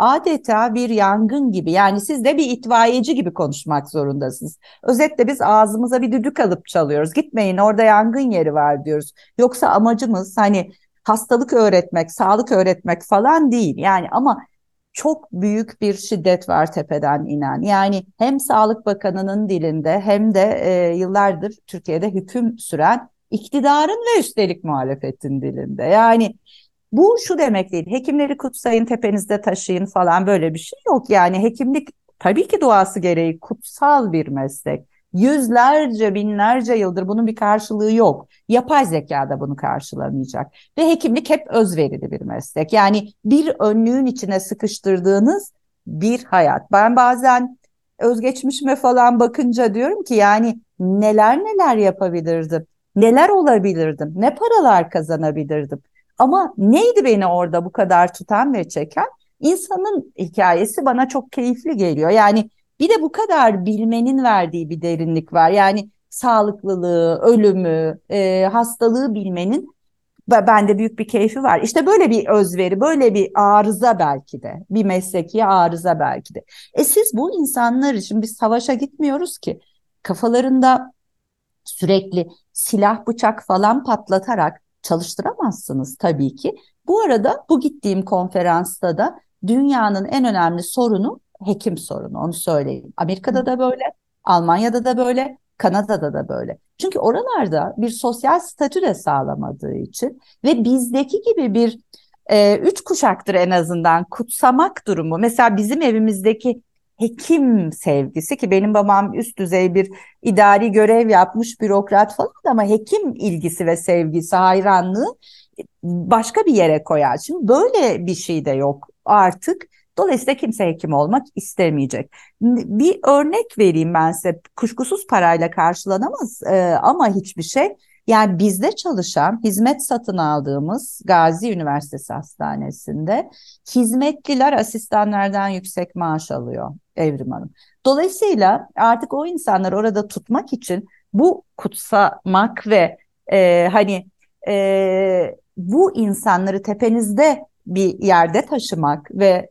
adeta bir yangın gibi. Yani siz de bir itfaiyeci gibi konuşmak zorundasınız. Özetle biz ağzımıza bir düdük alıp çalıyoruz. Gitmeyin, orada yangın yeri var diyoruz. Yoksa amacımız hani hastalık öğretmek, sağlık öğretmek falan değil. Yani ama çok büyük bir şiddet var tepeden inen. Yani hem Sağlık Bakanı'nın dilinde hem de yıllardır Türkiye'de hüküm süren iktidarın ve üstelik muhalefetin dilinde. Yani bu şu demek değil. Hekimleri kutsayın, tepenizde taşıyın falan, böyle bir şey yok. Yani hekimlik tabii ki doğası gereği kutsal bir meslek. Yüzlerce, binlerce yıldır bunun bir karşılığı yok. Yapay zeka da bunu karşılamayacak. Ve hekimlik hep özverili bir meslek. Yani bir önlüğün içine sıkıştırdığınız bir hayat. Ben bazen özgeçmişime falan bakınca diyorum ki yani neler neler yapabilirdim. Neler olabilirdim. Ne paralar kazanabilirdim. Ama neydi beni orada bu kadar tutan ve çeken? İnsanın hikayesi bana çok keyifli geliyor. Yani bir de bu kadar bilmenin verdiği bir derinlik var. Yani sağlıklılığı, ölümü, hastalığı bilmenin bende büyük bir keyfi var. İşte böyle bir özveri, böyle bir arıza belki de, bir mesleki arıza belki de. Siz bu insanlar için biz savaşa gitmiyoruz ki. Kafalarında sürekli silah bıçak falan patlatarak çalıştıramazsınız tabii ki. Bu arada bu gittiğim konferansta da dünyanın en önemli sorunu hekim sorunu, onu söyleyeyim. Amerika'da da böyle, Almanya'da da böyle, Kanada'da da böyle. Çünkü oralarda bir sosyal statü de sağlamadığı için ve bizdeki gibi bir üç kuşaktır en azından kutsamak durumu. Mesela bizim evimizdeki hekim sevgisi, ki benim babam üst düzey bir idari görev yapmış bürokrat falan ama hekim ilgisi ve sevgisi, hayranlığı başka bir yere koyar. Şimdi böyle bir şey de yok artık. Dolayısıyla kimse hekim olmak istemeyecek. Bir örnek vereyim ben size. Kuşkusuz parayla karşılanamaz ama hiçbir şey. Yani bizde çalışan, hizmet satın aldığımız Gazi Üniversitesi Hastanesi'nde hizmetliler asistanlardan yüksek maaş alıyor Evrim Hanım. Dolayısıyla artık o insanları orada tutmak için bu kutsamak ve hani bu insanları tepenizde bir yerde taşımak ve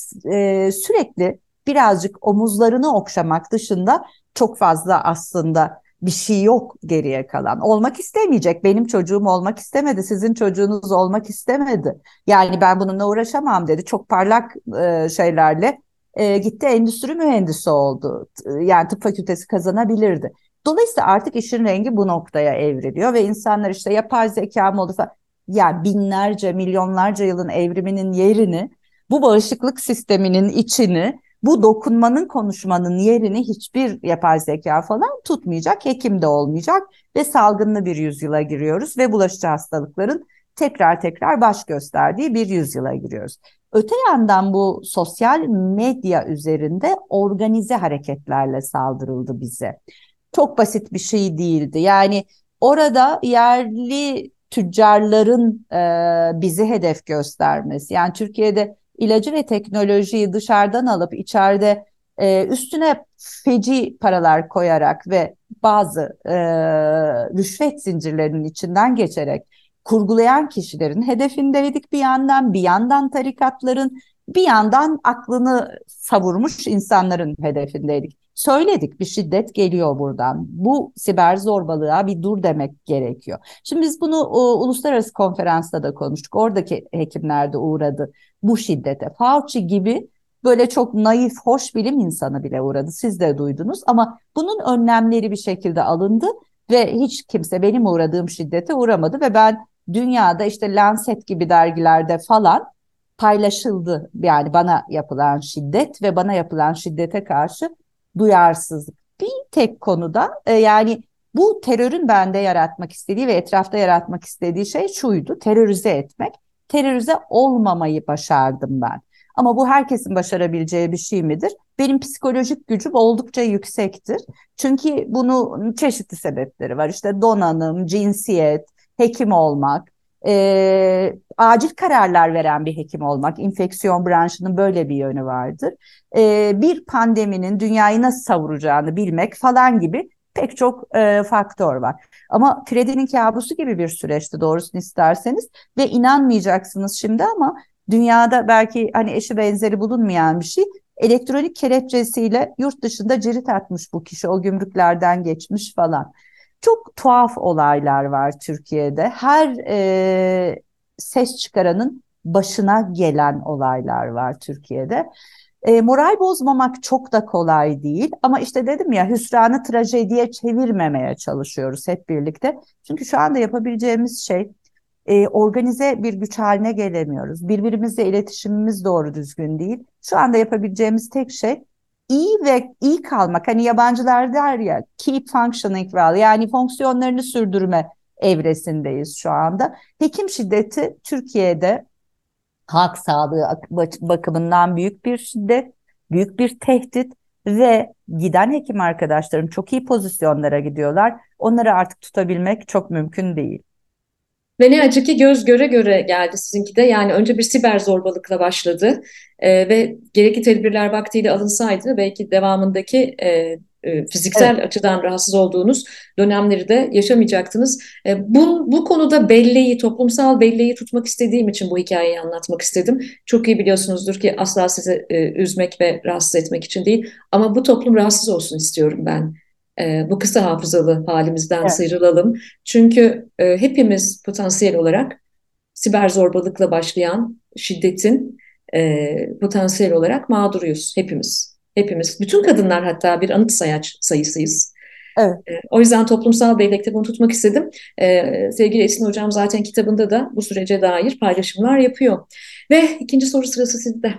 sürekli birazcık omuzlarını okşamak dışında çok fazla aslında bir şey yok geriye kalan. Olmak istemeyecek. Benim çocuğum olmak istemedi. Sizin çocuğunuz olmak istemedi. Yani ben bununla uğraşamam dedi. Çok parlak şeylerle gitti endüstri mühendisi oldu. Yani tıp fakültesi kazanabilirdi. Dolayısıyla artık işin rengi bu noktaya evriliyor ve insanlar işte yapay zeka mı oldu falan. Ya binlerce, milyonlarca yılın evriminin yerini, bu bağışıklık sisteminin içini, bu dokunmanın, konuşmanın yerini hiçbir yapay zeka falan tutmayacak, hekim de olmayacak ve salgınlı bir yüzyıla giriyoruz ve bulaşıcı hastalıkların tekrar tekrar baş gösterdiği bir yüzyıla giriyoruz. Öte yandan bu sosyal medya üzerinde organize hareketlerle saldırıldı bize. Çok basit bir şey değildi. Yani orada yerli tüccarların bizi hedef göstermesi. Yani Türkiye'de ilacı ve teknolojiyi dışarıdan alıp içeride üstüne feci paralar koyarak ve bazı rüşvet zincirlerinin içinden geçerek kurgulayan kişilerin hedefindeydik bir yandan, bir yandan tarikatların, bir yandan aklını savurmuş insanların hedefindeydik. Söyledik, bir şiddet geliyor buradan. Bu siber zorbalığa bir dur demek gerekiyor. Şimdi biz bunu uluslararası konferansta da konuştuk. Oradaki hekimler de uğradı bu şiddete. Fauci gibi böyle çok naif, hoş bilim insanı bile uğradı. Siz de duydunuz ama bunun önlemleri bir şekilde alındı ve hiç kimse benim uğradığım şiddete uğramadı ve ben dünyada işte Lancet gibi dergilerde falan paylaşıldı. Yani bana yapılan şiddet ve bana yapılan şiddete karşı duyarsızlık. Bir tek konuda yani bu terörün bende yaratmak istediği ve etrafta yaratmak istediği şey şuydu: terörize etmek. Terörize olmamayı başardım ben. Ama bu herkesin başarabileceği bir şey midir? Benim psikolojik gücüm oldukça yüksektir. Çünkü bunun çeşitli sebepleri var. İşte donanım, cinsiyet, hekim olmak, acil kararlar veren bir hekim olmak, enfeksiyon branşının böyle bir yönü vardır. Bir pandeminin dünyayı nasıl savuracağını bilmek falan gibi pek çok faktör var. Ama Freddy'nin kabusu gibi bir süreçti doğrusunu isterseniz ve inanmayacaksınız şimdi ama dünyada belki hani eşi benzeri bulunmayan bir şey. Elektronik kelepçesiyle yurt dışında cirit atmış bu kişi, o gümrüklerden geçmiş falan. Çok tuhaf olaylar var Türkiye'de. Her ses çıkaranın başına gelen olaylar var Türkiye'de. Moral bozmamak çok da kolay değil ama işte dedim ya, hüsranı trajediye çevirmemeye çalışıyoruz hep birlikte. Çünkü şu anda yapabileceğimiz şey, organize bir güç haline gelemiyoruz. Birbirimizle iletişimimiz doğru düzgün değil. Şu anda yapabileceğimiz tek şey iyi ve iyi kalmak. Hani yabancılar der ya, keep functioning well, yani fonksiyonlarını sürdürme evresindeyiz şu anda. Hekim şiddeti Türkiye'de halk sağlığı bakımından büyük bir şiddet, büyük bir tehdit ve giden hekim arkadaşlarım çok iyi pozisyonlara gidiyorlar. Onları artık tutabilmek çok mümkün değil. Ve ne acı ki göz göre göre geldi sizinki de. Yani önce bir siber zorbalıkla başladı. Ve gerekli tedbirler vaktiyle alınsaydı belki devamındaki Evet. fiziksel açıdan rahatsız olduğunuz dönemleri de yaşamayacaktınız. Bu konuda belleği, toplumsal belleği tutmak istediğim için bu hikayeyi anlatmak istedim. Çok iyi biliyorsunuzdur ki asla sizi üzmek ve rahatsız etmek için değil. Ama bu toplum rahatsız olsun istiyorum ben. Bu kısa hafızalı halimizden Evet. sıyrılalım. Çünkü hepimiz potansiyel olarak siber zorbalıkla başlayan şiddetin potansiyel olarak mağduruyuz hepimiz. Hepimiz. Bütün kadınlar hatta bir anıt sayaç sayısıyız. Evet. O yüzden toplumsal bellekte bunu tutmak istedim. Sevgili Esin Hocam zaten kitabında da bu sürece dair paylaşımlar yapıyor. Ve ikinci soru sırası sizde.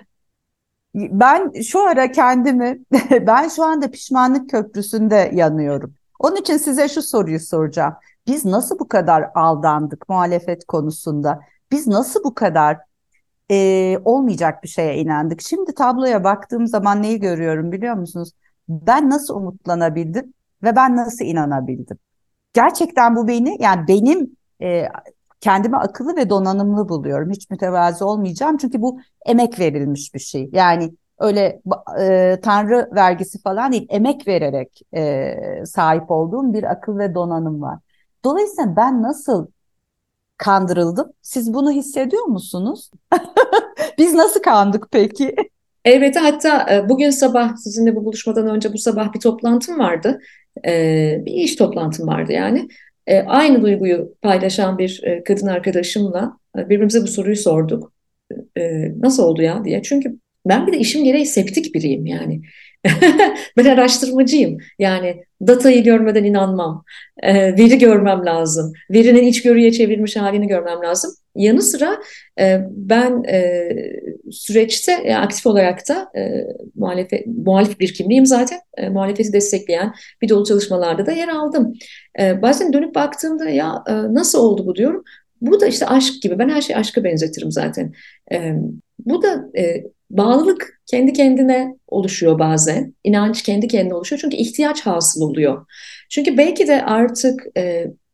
Ben şu ara kendimi, ben şu anda pişmanlık köprüsünde yanıyorum. Onun için size şu soruyu soracağım. Biz nasıl bu kadar aldandık muhalefet konusunda? Biz nasıl bu kadar olmayacak bir şeye inandık? Şimdi tabloya baktığım zaman neyi görüyorum biliyor musunuz? Ben nasıl umutlanabildim ve ben nasıl inanabildim? Gerçekten bu beni, yani benim kendimi akıllı ve donanımlı buluyorum. Hiç mütevazi olmayacağım çünkü bu emek verilmiş bir şey. Yani öyle tanrı vergisi falan değil, emek vererek sahip olduğum bir akıl ve donanım var. Dolayısıyla ben nasıl kandırıldım? Siz bunu hissediyor musunuz? Biz nasıl kandık peki? Elbette, hatta bugün sabah sizinle bu buluşmadan önce bu sabah bir toplantım vardı. Bir iş toplantım vardı yani. Aynı duyguyu paylaşan bir kadın arkadaşımla birbirimize bu soruyu sorduk. Nasıl oldu ya diye. Çünkü ben bir de işim gereği septik biriyim yani. Ben araştırmacıyım. Yani datayı görmeden inanmam. Veri görmem lazım. Verinin içgörüye çevrilmiş halini görmem lazım. Yanı sıra ben süreçte aktif olarak da muhalif bir kimliğim zaten. Muhalefeti destekleyen bir dolu çalışmalarda da yer aldım. Bazen dönüp baktığımda ya nasıl oldu bu diyorum. Bu da işte aşk gibi. Ben her şeyi aşka benzetirim zaten. E, Bu da bağlılık kendi kendine oluşuyor bazen. İnanç kendi kendine oluşuyor. Çünkü ihtiyaç hasıl oluyor. Çünkü belki de artık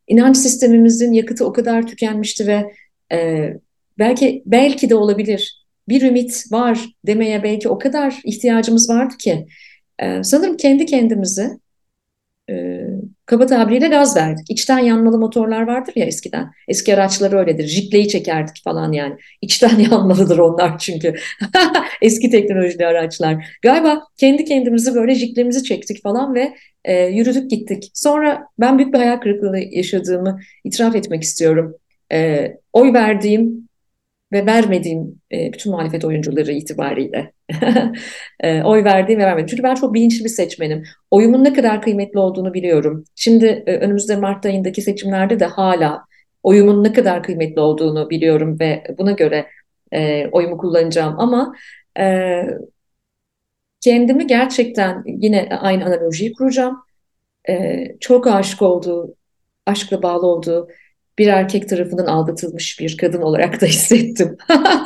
inanç sistemimizin yakıtı o kadar tükenmişti ve e, belki de olabilir. Bir ümit var demeye belki o kadar ihtiyacımız vardı ki sanırım kendi kendimizi e, kaba tabiriyle gaz verdik. İçten yanmalı motorlar vardır ya eskiden. Eski araçlar öyledir. Jikleyi çekerdik falan yani. İçten yanmalıdır onlar çünkü. Eski teknolojili araçlar. Galiba kendi kendimizi böyle jiklemizi çektik falan ve yürüdük gittik. Sonra ben büyük bir hayal kırıklığı yaşadığımı itiraf etmek istiyorum. Oy verdiğim ve vermediğim bütün muhalefet oyuncuları itibariyle oy verdiğim ve vermediğim. Çünkü ben çok bilinçli bir seçmenim. Oyumun ne kadar kıymetli olduğunu biliyorum. Şimdi önümüzde Mart ayındaki seçimlerde de hala oyumun ne kadar kıymetli olduğunu biliyorum ve buna göre oyumu kullanacağım. Ama e, kendimi gerçekten yine aynı analojiyi kuracağım. Çok aşık olduğu, aşkla bağlı olduğu bir erkek tarafından aldatılmış bir kadın olarak da hissettim.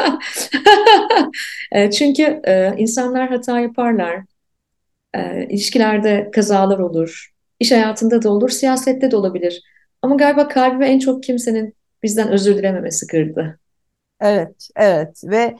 Çünkü insanlar hata yaparlar, ilişkilerde kazalar olur, iş hayatında da olur, siyasette de olabilir. Ama galiba kalbime en çok kimsenin bizden özür dilememesi kırdı. Evet, evet ve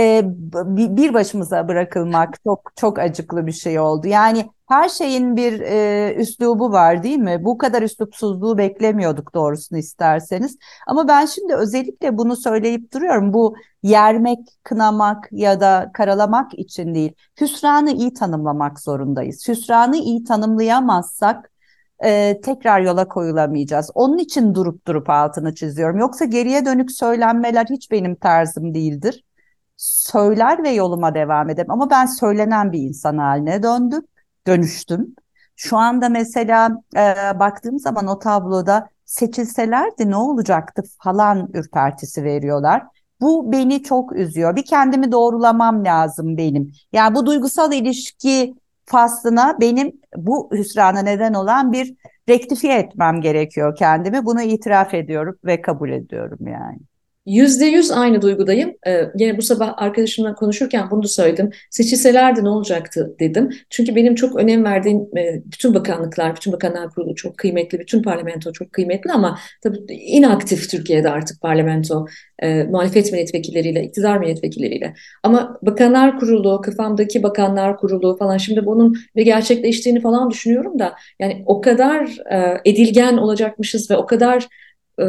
bir başımıza bırakılmak çok çok acıklı bir şey oldu. Yani her şeyin bir üslubu var, değil mi? Bu kadar üslupsuzluğu beklemiyorduk doğrusunu isterseniz. Ama ben şimdi özellikle bunu söyleyip duruyorum. Bu yermek, kınamak ya da karalamak için değil. Hüsranı iyi tanımlamak zorundayız. Hüsranı iyi tanımlayamazsak tekrar yola koyulamayacağız. Onun için durup durup altını çiziyorum. Yoksa geriye dönük söylenmeler hiç benim tarzım değildir. Söyler ve yoluma devam ederim. Ama ben söylenen bir insan haline dönüştüm. Şu anda mesela baktığım zaman o tabloda seçilselerdi ne olacaktı falan ürpertisi veriyorlar. Bu beni çok üzüyor. Bir kendimi doğrulamam lazım benim. Yani bu duygusal ilişki faslına benim bu hüsrana neden olan bir rektifiye etmem gerekiyor kendimi. Bunu itiraf ediyorum ve kabul ediyorum yani. %100 aynı duygudayım. Yine bu sabah arkadaşımla konuşurken bunu da söyledim. Seçilselerdi ne olacaktı dedim. Çünkü benim çok önem verdiğim bütün bakanlıklar, bütün bakanlar kurulu çok kıymetli, bütün parlamento çok kıymetli ama tabii inaktif Türkiye'de artık parlamento, muhalefet milletvekilleriyle, iktidar milletvekilleriyle. Ama bakanlar kurulu, kafamdaki bakanlar kurulu falan şimdi bunun ve gerçekleştiğini falan düşünüyorum da yani o kadar edilgen olacakmışız ve e,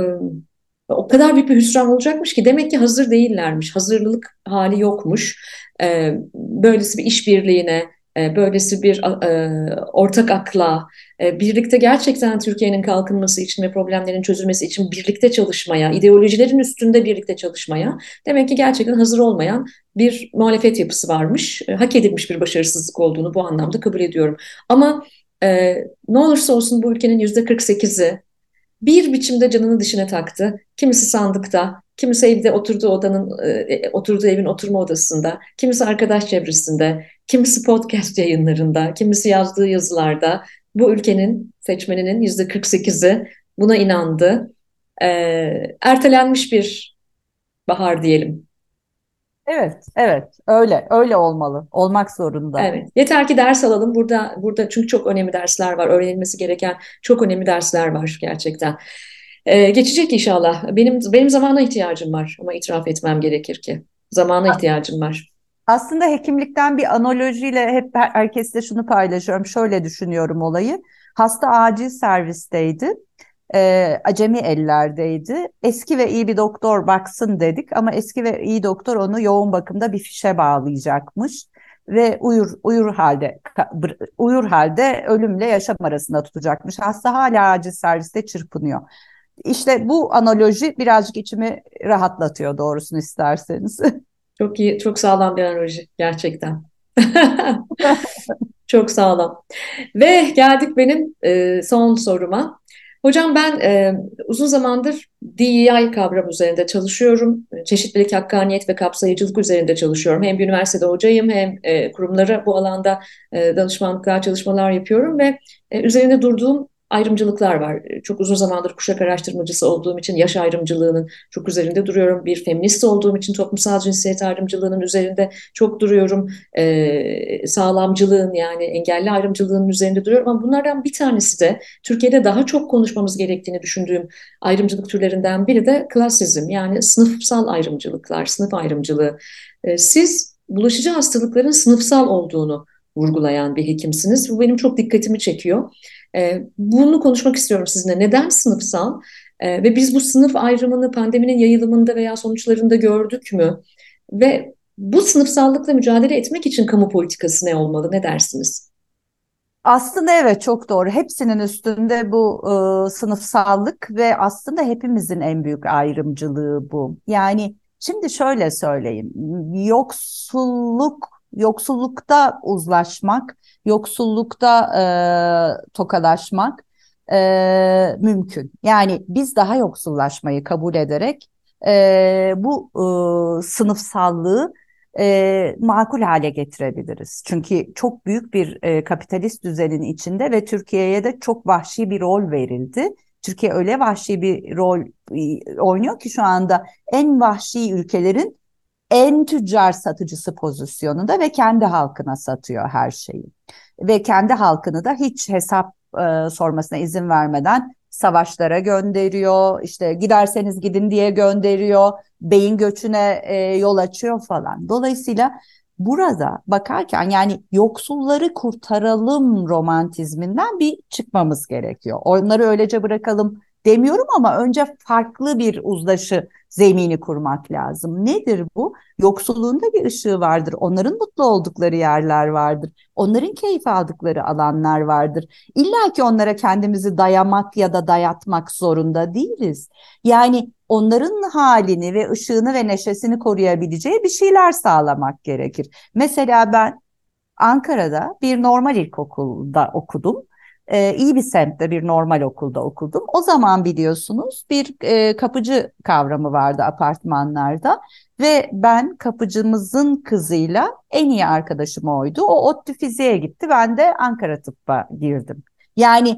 o kadar büyük bir hüsran olacakmış ki demek ki hazır değillermiş. Hazırlık hali yokmuş. Böylesi bir işbirliğine, böylesi bir ortak akla, birlikte gerçekten Türkiye'nin kalkınması için ve problemlerin çözülmesi için birlikte çalışmaya, ideolojilerin üstünde birlikte çalışmaya demek ki gerçekten hazır olmayan bir muhalefet yapısı varmış. Hak edilmiş bir başarısızlık olduğunu bu anlamda kabul ediyorum. Ama ne olursa olsun bu ülkenin %48'i bir biçimde canını dişine taktı. Kimisi sandıkta, kimisi evde oturduğu evin oturma odasında, kimisi arkadaş çevresinde, kimisi podcast yayınlarında, kimisi yazdığı yazılarda. Bu ülkenin seçmeninin %48'i buna inandı. Ertelenmiş bir bahar diyelim. Evet, evet, öyle, öyle olmalı, olmak zorunda. Evet. Yeter ki ders alalım. Burada çünkü çok önemli dersler var. Öğrenilmesi gereken çok önemli dersler var gerçekten. Geçecek inşallah. Benim zamana ihtiyacım var ama itiraf etmem gerekir ki zamana ihtiyacım var. Aslında hekimlikten bir analojiyle hep herkesle şunu paylaşıyorum. Şöyle düşünüyorum olayı. Hasta acil servisteydi. Acemi ellerdeydi. Eski ve iyi bir doktor baksın dedik ama eski ve iyi doktor onu yoğun bakımda bir fişe bağlayacakmış ve uyur halde ölümle yaşam arasında tutacakmış. Hasta hala acil serviste çırpınıyor. İşte bu analoji birazcık içimi rahatlatıyor doğrusunu isterseniz. Çok iyi, çok sağlam bir analoji gerçekten. Çok sağlam. Ve geldik benim son soruma. Hocam ben uzun zamandır DEI kavramı üzerinde çalışıyorum. Çeşitlilik, hakkaniyet ve kapsayıcılık üzerinde çalışıyorum. Hem bir üniversitede hocayım hem kurumlara bu alanda danışmanlıklar, çalışmalar yapıyorum ve üzerinde durduğum ayrımcılıklar var. Çok uzun zamandır kuşak araştırmacısı olduğum için yaş ayrımcılığının çok üzerinde duruyorum. Bir feminist olduğum için toplumsal cinsiyet ayrımcılığının üzerinde çok duruyorum. Sağlamcılığın yani engelli ayrımcılığının üzerinde duruyorum. Ama bunlardan bir tanesi de Türkiye'de daha çok konuşmamız gerektiğini düşündüğüm ayrımcılık türlerinden biri de klasizm, yani sınıfsal ayrımcılıklar, sınıf ayrımcılığı. Siz bulaşıcı hastalıkların sınıfsal olduğunu vurgulayan bir hekimsiniz. Bu benim çok dikkatimi çekiyor. Bunu konuşmak istiyorum sizinle. Neden sınıfsal? Ve biz bu sınıf ayrımını pandeminin yayılımında veya sonuçlarında gördük mü? Ve bu sınıfsallıkla mücadele etmek için kamu politikası ne olmalı? Ne dersiniz? Aslında evet, çok doğru. Hepsinin üstünde bu sınıfsallık ve aslında hepimizin en büyük ayrımcılığı bu. Yani şimdi şöyle söyleyeyim. Yoksullukta uzlaşmak, yoksullukta tokalaşmak mümkün. Yani biz daha yoksullaşmayı kabul ederek bu sınıfsallığı makul hale getirebiliriz. Çünkü çok büyük bir kapitalist düzenin içinde ve Türkiye'ye de çok vahşi bir rol verildi. Türkiye öyle vahşi bir rol oynuyor ki şu anda en vahşi ülkelerin en tüccar satıcısı pozisyonunda ve kendi halkına satıyor her şeyi. Ve kendi halkını da hiç hesap sormasına izin vermeden savaşlara gönderiyor. İşte giderseniz gidin diye gönderiyor. Beyin göçüne yol açıyor falan. Dolayısıyla burada bakarken yani yoksulları kurtaralım romantizminden bir çıkmamız gerekiyor. Onları öylece bırakalım demiyorum ama önce farklı bir uzlaşı zemini kurmak lazım. Nedir bu? Yoksulluğunda bir ışığı vardır. Onların mutlu oldukları yerler vardır. Onların keyif aldıkları alanlar vardır. İlla ki onlara kendimizi dayamak ya da dayatmak zorunda değiliz. Yani onların halini ve ışığını ve neşesini koruyabileceği bir şeyler sağlamak gerekir. Mesela ben Ankara'da bir normal ilkokulda okudum. İyi bir semtte bir normal okulda okudum. O zaman biliyorsunuz bir kapıcı kavramı vardı apartmanlarda ve ben kapıcımızın kızıyla en iyi arkadaşım oydu. O ODTÜ Fiziğe gitti, ben de Ankara Tıbb'a girdim. Yani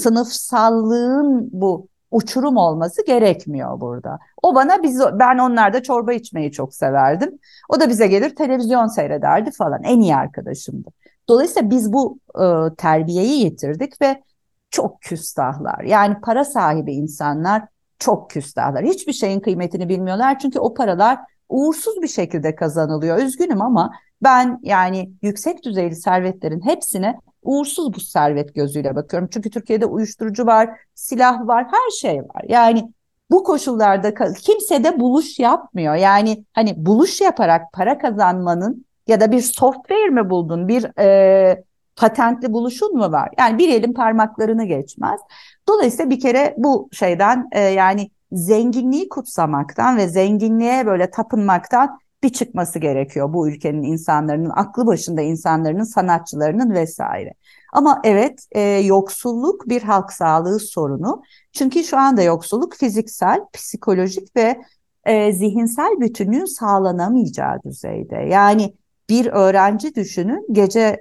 sınıfsallığın bu uçurum olması gerekmiyor burada. Ben onlarda çorba içmeyi çok severdim. O da bize gelir televizyon seyrederdi falan. En iyi arkadaşımdı. Dolayısıyla biz bu terbiyeyi yitirdik ve çok küstahlar. Yani para sahibi insanlar çok küstahlar. Hiçbir şeyin kıymetini bilmiyorlar çünkü o paralar uğursuz bir şekilde kazanılıyor. Üzgünüm ama ben yani yüksek düzeyli servetlerin hepsine uğursuz bu servet gözüyle bakıyorum. Çünkü Türkiye'de uyuşturucu var, silah var, her şey var. Yani bu koşullarda kimse de buluş yapmıyor. Yani hani buluş yaparak para kazanmanın ya da bir software mi buldun, bir patentli buluşun mu var? Yani bir elin parmaklarını geçmez. Dolayısıyla bir kere bu şeyden yani zenginliği kutsamaktan ve zenginliğe böyle tapınmaktan bir çıkması gerekiyor bu ülkenin insanların, aklı başında insanların, sanatçılarının vesaire. Ama evet, yoksulluk bir halk sağlığı sorunu. Çünkü şu anda yoksulluk fiziksel, psikolojik ve zihinsel bütünlüğün sağlanamayacağı düzeyde. Yani bir öğrenci düşünün, gece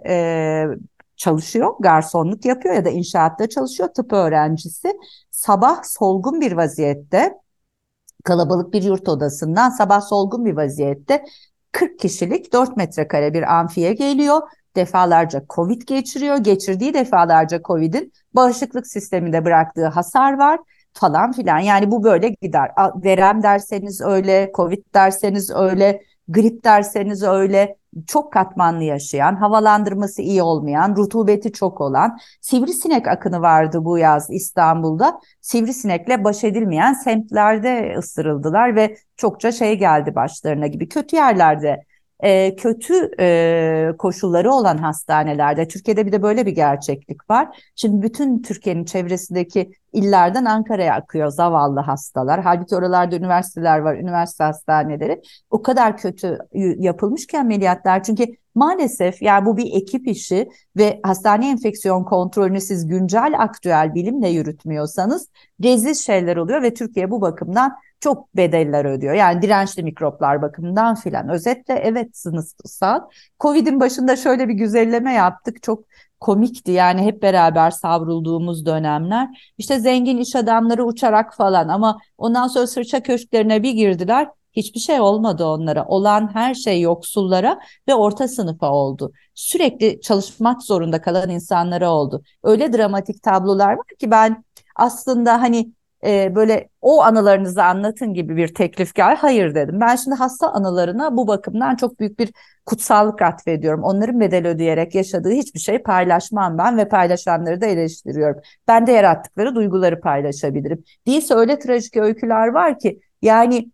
çalışıyor, garsonluk yapıyor ya da inşaatta çalışıyor, tıp öğrencisi. Sabah solgun bir vaziyette, kalabalık bir yurt odasından sabah solgun bir vaziyette 40 kişilik 4 metrekare bir amfiye geliyor. Defalarca Covid geçiriyor. Geçirdiği defalarca Covid'in bağışıklık sisteminde bıraktığı hasar var falan filan. Yani bu böyle gider. Verem derseniz öyle, Covid derseniz öyle, grip derseniz öyle. Çok katmanlı yaşayan, havalandırması iyi olmayan, rutubeti çok olan, sivrisinek akını vardı bu yaz İstanbul'da. Sivrisinekle baş edilmeyen semtlerde ısırıldılar ve çokça şey geldi başlarına gibi kötü yerlerde, kötü koşulları olan hastanelerde. Türkiye'de bir de böyle bir gerçeklik var. Şimdi bütün Türkiye'nin çevresindeki illerden Ankara'ya akıyor zavallı hastalar. Halbuki oralarda üniversiteler var, üniversite hastaneleri. O kadar kötü yapılmış ki ameliyatlar. Çünkü maalesef yani bu bir ekip işi ve hastane enfeksiyon kontrolünü siz güncel aktüel bilimle yürütmüyorsanız rezil şeyler oluyor ve Türkiye bu bakımdan çok bedeller ödüyor. Yani dirençli mikroplar bakımından filan. Özetle evet, sınıfsal. Covid'in başında şöyle bir güzelleme yaptık. Çok komikti. Yani hep beraber savrulduğumuz dönemler. İşte zengin iş adamları uçarak falan, ama ondan sonra sırça köşklerine bir girdiler. Hiçbir şey olmadı onlara. Olan her şey yoksullara ve orta sınıfa oldu. Sürekli çalışmak zorunda kalan insanlara oldu. Öyle dramatik tablolar var ki ben aslında hani böyle o anılarınızı anlatın gibi bir teklif geldi. Hayır dedim. Ben şimdi hasta anılarına bu bakımdan çok büyük bir kutsallık atfediyorum. Onların bedel ödeyerek yaşadığı hiçbir şey paylaşmam ben ve paylaşanları da eleştiriyorum. Ben de yarattıkları duyguları paylaşabilirim. Değilse öyle trajik öyküler var ki yani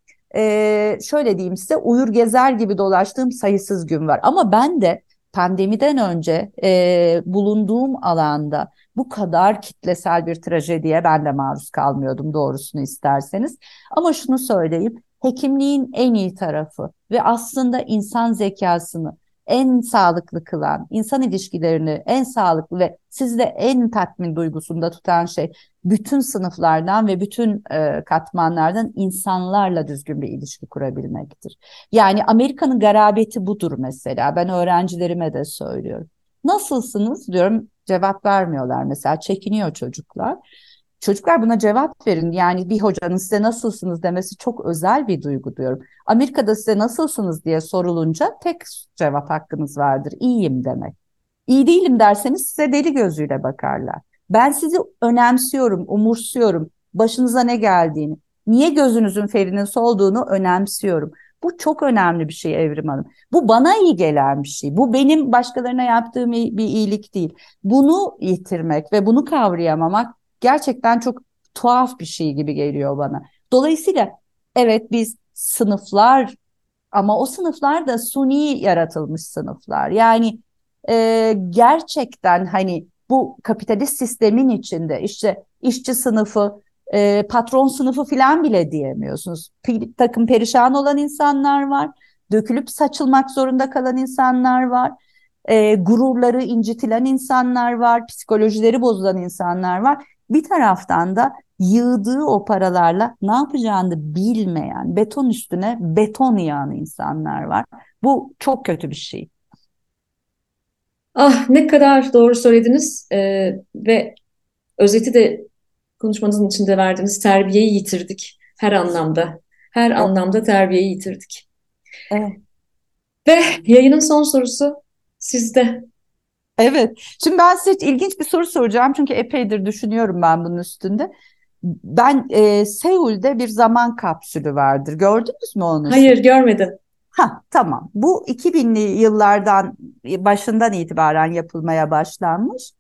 şöyle diyeyim size, uyur gezer gibi dolaştığım sayısız gün var. Ama ben de pandemiden önce bulunduğum alanda bu kadar kitlesel bir trajediye ben de maruz kalmıyordum doğrusunu isterseniz. Ama şunu söyleyeyim, hekimliğin en iyi tarafı ve aslında insan zekasını en sağlıklı kılan, insan ilişkilerini en sağlıklı ve sizde en tatmin duygusunda tutan şey, bütün sınıflardan ve bütün katmanlardan insanlarla düzgün bir ilişki kurabilmektir. Yani Amerika'nın garabeti budur mesela. Ben öğrencilerime de söylüyorum. Nasılsınız diyorum, cevap vermiyorlar mesela, çekiniyor çocuklar. Çocuklar buna cevap verin. Yani bir hocanın size nasılsınız demesi çok özel bir duygu diyorum. Amerika'da size nasılsınız diye sorulunca tek cevap hakkınız vardır: İyiyim demek. İyi değilim derseniz size deli gözüyle bakarlar. Ben sizi önemsiyorum, umursuyorum. Başınıza ne geldiğini, niye gözünüzün ferinin solduğunu önemsiyorum. Bu çok önemli bir şey Evrim Hanım. Bu bana iyi gelen bir şey. Bu benim başkalarına yaptığım bir iyilik değil. Bunu yitirmek ve bunu kavrayamamak gerçekten çok tuhaf bir şey gibi geliyor bana. Dolayısıyla evet, biz sınıflar, ama o sınıflar da suni yaratılmış sınıflar. Yani gerçekten hani bu kapitalist sistemin içinde işte işçi sınıfı, patron sınıfı falan bile diyemiyorsunuz. Bir takım perişan olan insanlar var. Dökülüp saçılmak zorunda kalan insanlar var. Gururları incitilen insanlar var. Psikolojileri bozulan insanlar var. Bir taraftan da yığdığı o paralarla ne yapacağını bilmeyen, beton üstüne beton yığan insanlar var. Bu çok kötü bir şey. Ah, ne kadar doğru söylediniz. Ve özeti de konuşmanızın içinde verdiğiniz, terbiyeyi yitirdik her anlamda. Her Evet, anlamda terbiyeyi yitirdik. evet. Ve yayının son sorusu sizde. Evet. Şimdi ben size ilginç bir soru soracağım çünkü epeydir düşünüyorum ben bunun üstünde. Ben Seul'de bir zaman kapsülü vardır. Gördünüz mü onu siz? Hayır, görmedim. Ha, tamam. Bu 2000'li yıllardan başından itibaren yapılmaya başlanmış.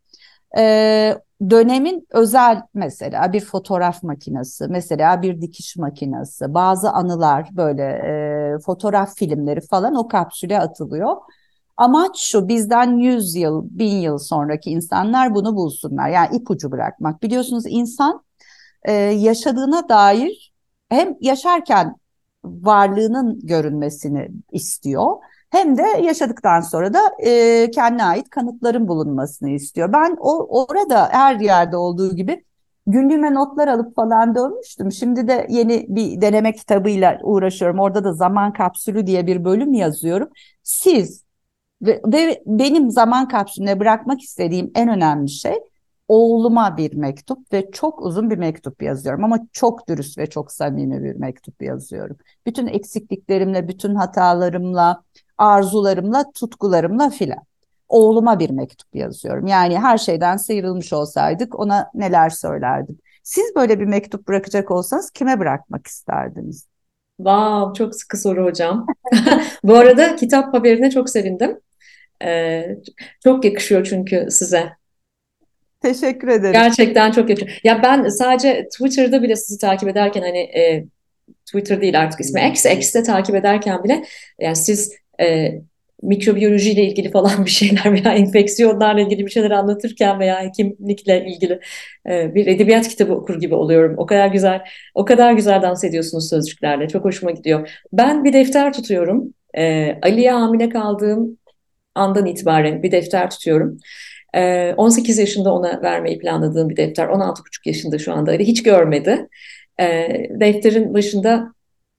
Dönemin özel, mesela bir fotoğraf makinesi, mesela bir dikiş makinesi, bazı anılar, böyle fotoğraf filmleri falan o kapsüle atılıyor. Amaç şu: bizden 100 yıl, 1000 yıl sonraki insanlar bunu bulsunlar. Yani ipucu bırakmak. Biliyorsunuz insan yaşadığına dair hem yaşarken varlığının görünmesini istiyor, hem de yaşadıktan sonra da kendine ait kanıtların bulunmasını istiyor. Ben orada her yerde olduğu gibi günlüğüme notlar alıp falan dönmüştüm. Şimdi de yeni bir deneme kitabıyla uğraşıyorum. Orada da zaman kapsülü diye bir bölüm yazıyorum. Siz ve benim zaman kapsülüne bırakmak istediğim en önemli şey, oğluma bir mektup ve çok uzun bir mektup yazıyorum, ama çok dürüst ve çok samimi bir mektup yazıyorum. Bütün eksikliklerimle, bütün hatalarımla, arzularımla, tutkularımla filan. Oğluma bir mektup yazıyorum. Yani her şeyden sıyrılmış olsaydık ona neler söylerdim. Siz böyle bir mektup bırakacak olsanız kime bırakmak isterdiniz? Wow, çok sıkı soru hocam. Bu arada kitap haberine çok sevindim. Ee, Çok yakışıyor çünkü size. Teşekkür ederim. Gerçekten çok yakışıyor. Ya ben sadece Twitter'da bile sizi takip ederken, hani Twitter değil artık ismi X, X'te takip ederken bile, yani siz mikrobiyolojiyle ilgili falan bir şeyler veya enfeksiyonlarla ilgili bir şeyler anlatırken veya hekimlikle ilgili bir edebiyat kitabı okur gibi oluyorum. O kadar güzel, o kadar güzel dans ediyorsunuz sözcüklerle. Çok hoşuma gidiyor. Ben bir defter tutuyorum. Ali'ye hamile kaldığım andan itibaren bir defter tutuyorum. 18 yaşında ona vermeyi planladığım bir defter. 16,5 yaşında şu anda Ali. Hiç görmedi. Defterin başında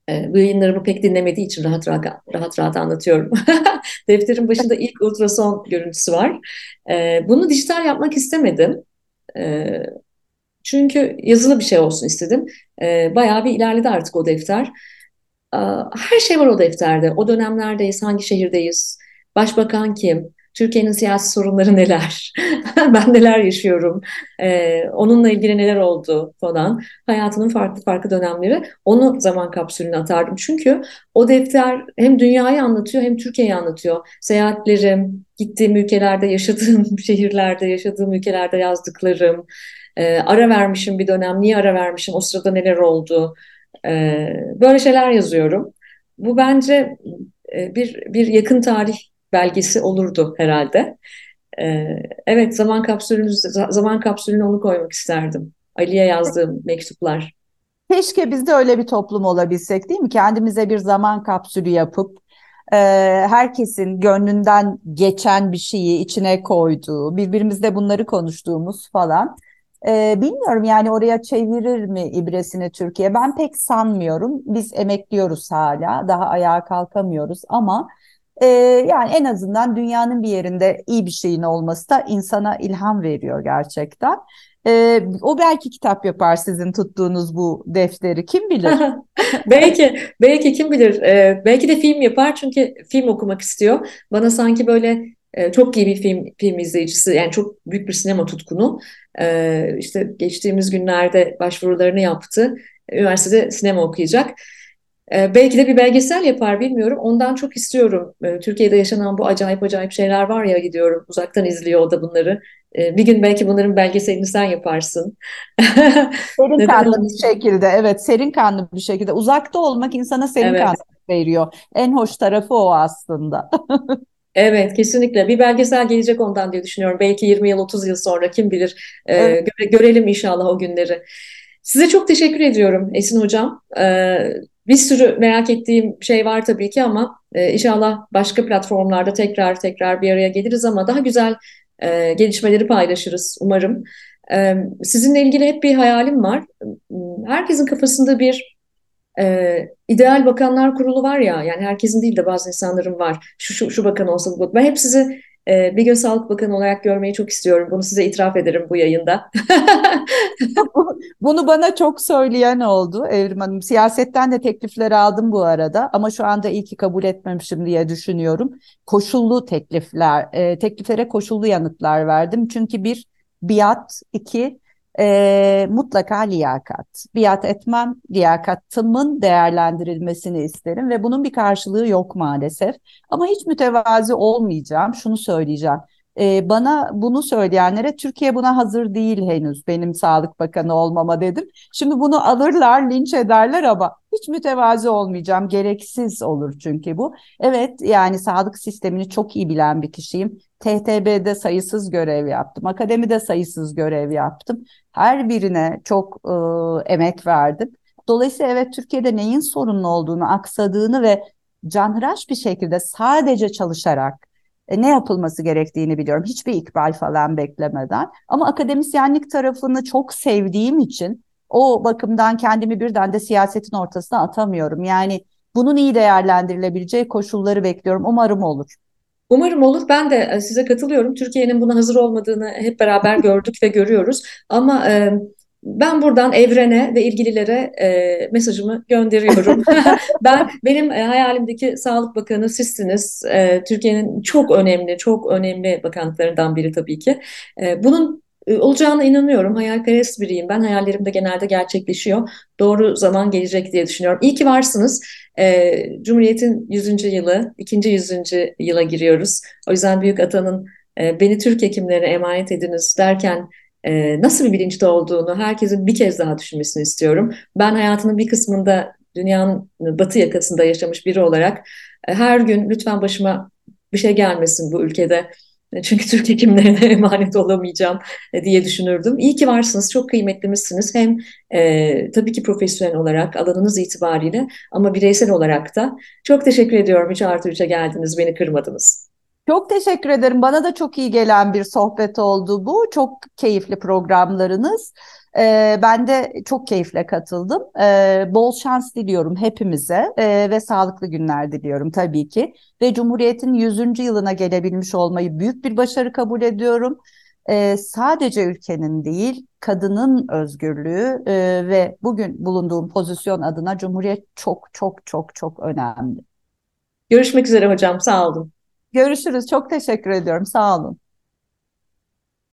Bu yayınlarımı pek dinlemediği için rahat rahat anlatıyorum. Defterin başında ilk ultrason görüntüsü var. Bunu dijital yapmak istemedim. E, Çünkü yazılı bir şey olsun istedim. Bayağı bir ilerledi artık o defter. Her şey var o defterde. O dönemlerdeyiz, hangi şehirdeyiz, başbakan kim, Türkiye'nin siyasi sorunları neler, ben neler yaşıyorum, onunla ilgili neler oldu falan. Hayatımın farklı farklı dönemleri. Onu zaman kapsülüne atardım. Çünkü o defter hem dünyayı anlatıyor hem Türkiye'yi anlatıyor. Seyahatlerim, gittiğim ülkelerde, yaşadığım şehirlerde, yaşadığım ülkelerde yazdıklarım. Ara vermişim bir dönem, niye ara vermişim, o sırada neler oldu. Böyle şeyler yazıyorum. Bu bence bir yakın tarih belgesi olurdu herhalde. Evet, zaman kapsülüne onu koymak isterdim. Ali'ye yazdığım mektuplar. Keşke biz de öyle bir toplum olabilsek, değil mi? Kendimize bir zaman kapsülü yapıp herkesin gönlünden geçen bir şeyi içine koyduğu, birbirimizle bunları konuştuğumuz falan. Bilmiyorum yani oraya çevirir mi ibresini Türkiye? Ben pek sanmıyorum. Biz emekliyoruz hala, daha ayağa kalkamıyoruz ama yani en azından dünyanın bir yerinde iyi bir şeyin olması da insana ilham veriyor gerçekten. O belki kitap yapar sizin tuttuğunuz bu defteri, kim bilir? Belki kim bilir, belki de film yapar çünkü film okumak istiyor. Bana sanki böyle çok iyi bir film izleyicisi, yani çok büyük bir sinema tutkunu. İşte geçtiğimiz günlerde başvurularını yaptı. Üniversitede sinema okuyacak. Belki de bir belgesel yapar, bilmiyorum. Ondan çok istiyorum. Türkiye'de yaşanan bu acayip acayip şeyler var ya, gidiyorum uzaktan izliyor o da bunları. Bir gün belki bunların belgeselini sen yaparsın. Serin Neden kanlı bir olmasın? şekilde, evet, serin kanlı bir şekilde. Uzakta olmak insana serin kanlı Evet. veriyor. En hoş tarafı o aslında. Evet, kesinlikle. Bir belgesel gelecek ondan diye düşünüyorum. Belki 20 yıl, 30 yıl sonra kim bilir. Evet. Görelim inşallah o günleri. Size çok teşekkür ediyorum Esin Hocam. Bir sürü merak ettiğim şey var tabii ki ama inşallah başka platformlarda tekrar bir araya geliriz ama daha güzel gelişmeleri paylaşırız umarım. Sizinle ilgili hep bir hayalim var. Herkesin kafasında bir ideal bakanlar kurulu var ya, yani herkesin değil de bazı insanların var. Şu bakan olsa bu bakan. Ben hep sizi bir gün Sağlık Bakanı olarak görmeyi çok istiyorum. Bunu size itiraf ederim bu yayında. Bunu bana çok söyleyen oldu Evrim Hanım. Siyasetten de teklifleri aldım bu arada ama şu anda iyi ki kabul etmemişim diye düşünüyorum. Koşullu teklifler, tekliflere koşullu yanıtlar verdim. Çünkü bir, biat, iki, mutlaka liyakat. Biat etmem, liyakatımın değerlendirilmesini isterim ve bunun bir karşılığı yok maalesef. Ama hiç mütevazi olmayacağım. Şunu söyleyeceğim. Bana bunu söyleyenlere Türkiye buna hazır değil henüz benim Sağlık Bakanı olmama dedim. Şimdi bunu alırlar, linç ederler ama hiç mütevazi olmayacağım. Gereksiz olur çünkü bu. Evet yani sağlık sistemini çok iyi bilen bir kişiyim. TTB'de sayısız görev yaptım. Akademide sayısız görev yaptım. Her birine çok emek verdim. Dolayısıyla evet Türkiye'de neyin sorunlu olduğunu, aksadığını ve canhıraş bir şekilde sadece çalışarak ne yapılması gerektiğini biliyorum. Hiçbir ikbal falan beklemeden. Ama akademisyenlik tarafını çok sevdiğim için o bakımdan kendimi birden de siyasetin ortasına atamıyorum. Yani bunun iyi değerlendirilebileceği koşulları bekliyorum. Umarım olur. Umarım olur. Ben de size katılıyorum. Türkiye'nin buna hazır olmadığını hep beraber gördük ve görüyoruz. Ama ben buradan evrene ve ilgililere mesajımı gönderiyorum. Benim hayalimdeki Sağlık Bakanı sizsiniz. Türkiye'nin çok önemli bakanlıklarından biri tabii ki. Bunun olacağına inanıyorum. Hayalperest biriyim. Ben hayallerim de genelde gerçekleşiyor. Doğru zaman gelecek diye düşünüyorum. İyi ki varsınız. Cumhuriyet'in 100. yılı, ikinci 100. yıla giriyoruz. O yüzden Büyük Ata'nın beni Türk hekimlerine emanet ediniz derken nasıl bir bilinçte olduğunu herkesin bir kez daha düşünmesini istiyorum. Ben hayatının bir kısmında dünyanın batı yakasında yaşamış biri olarak her gün lütfen başıma bir şey gelmesin bu ülkede. Çünkü Türk hekimlerine emanet olamayacağım diye düşünürdüm. İyi ki varsınız, çok kıymetlimişsiniz. Hem tabii ki profesyonel olarak alanınız itibariyle ama bireysel olarak da çok teşekkür ediyorum. 3+3'e geldiniz, beni kırmadınız. Çok teşekkür ederim. Bana da çok iyi gelen bir sohbet oldu bu. Çok keyifli programlarınız. Ben de çok keyifle katıldım. Bol şans diliyorum hepimize ve sağlıklı günler diliyorum tabii ki. Ve Cumhuriyet'in 100. yılına gelebilmiş olmayı büyük bir başarı kabul ediyorum. Sadece ülkenin değil, kadının özgürlüğü ve bugün bulunduğum pozisyon adına Cumhuriyet çok çok çok çok önemli. Görüşmek üzere hocam, sağ olun. Görüşürüz. Çok teşekkür ediyorum. Sağ olun.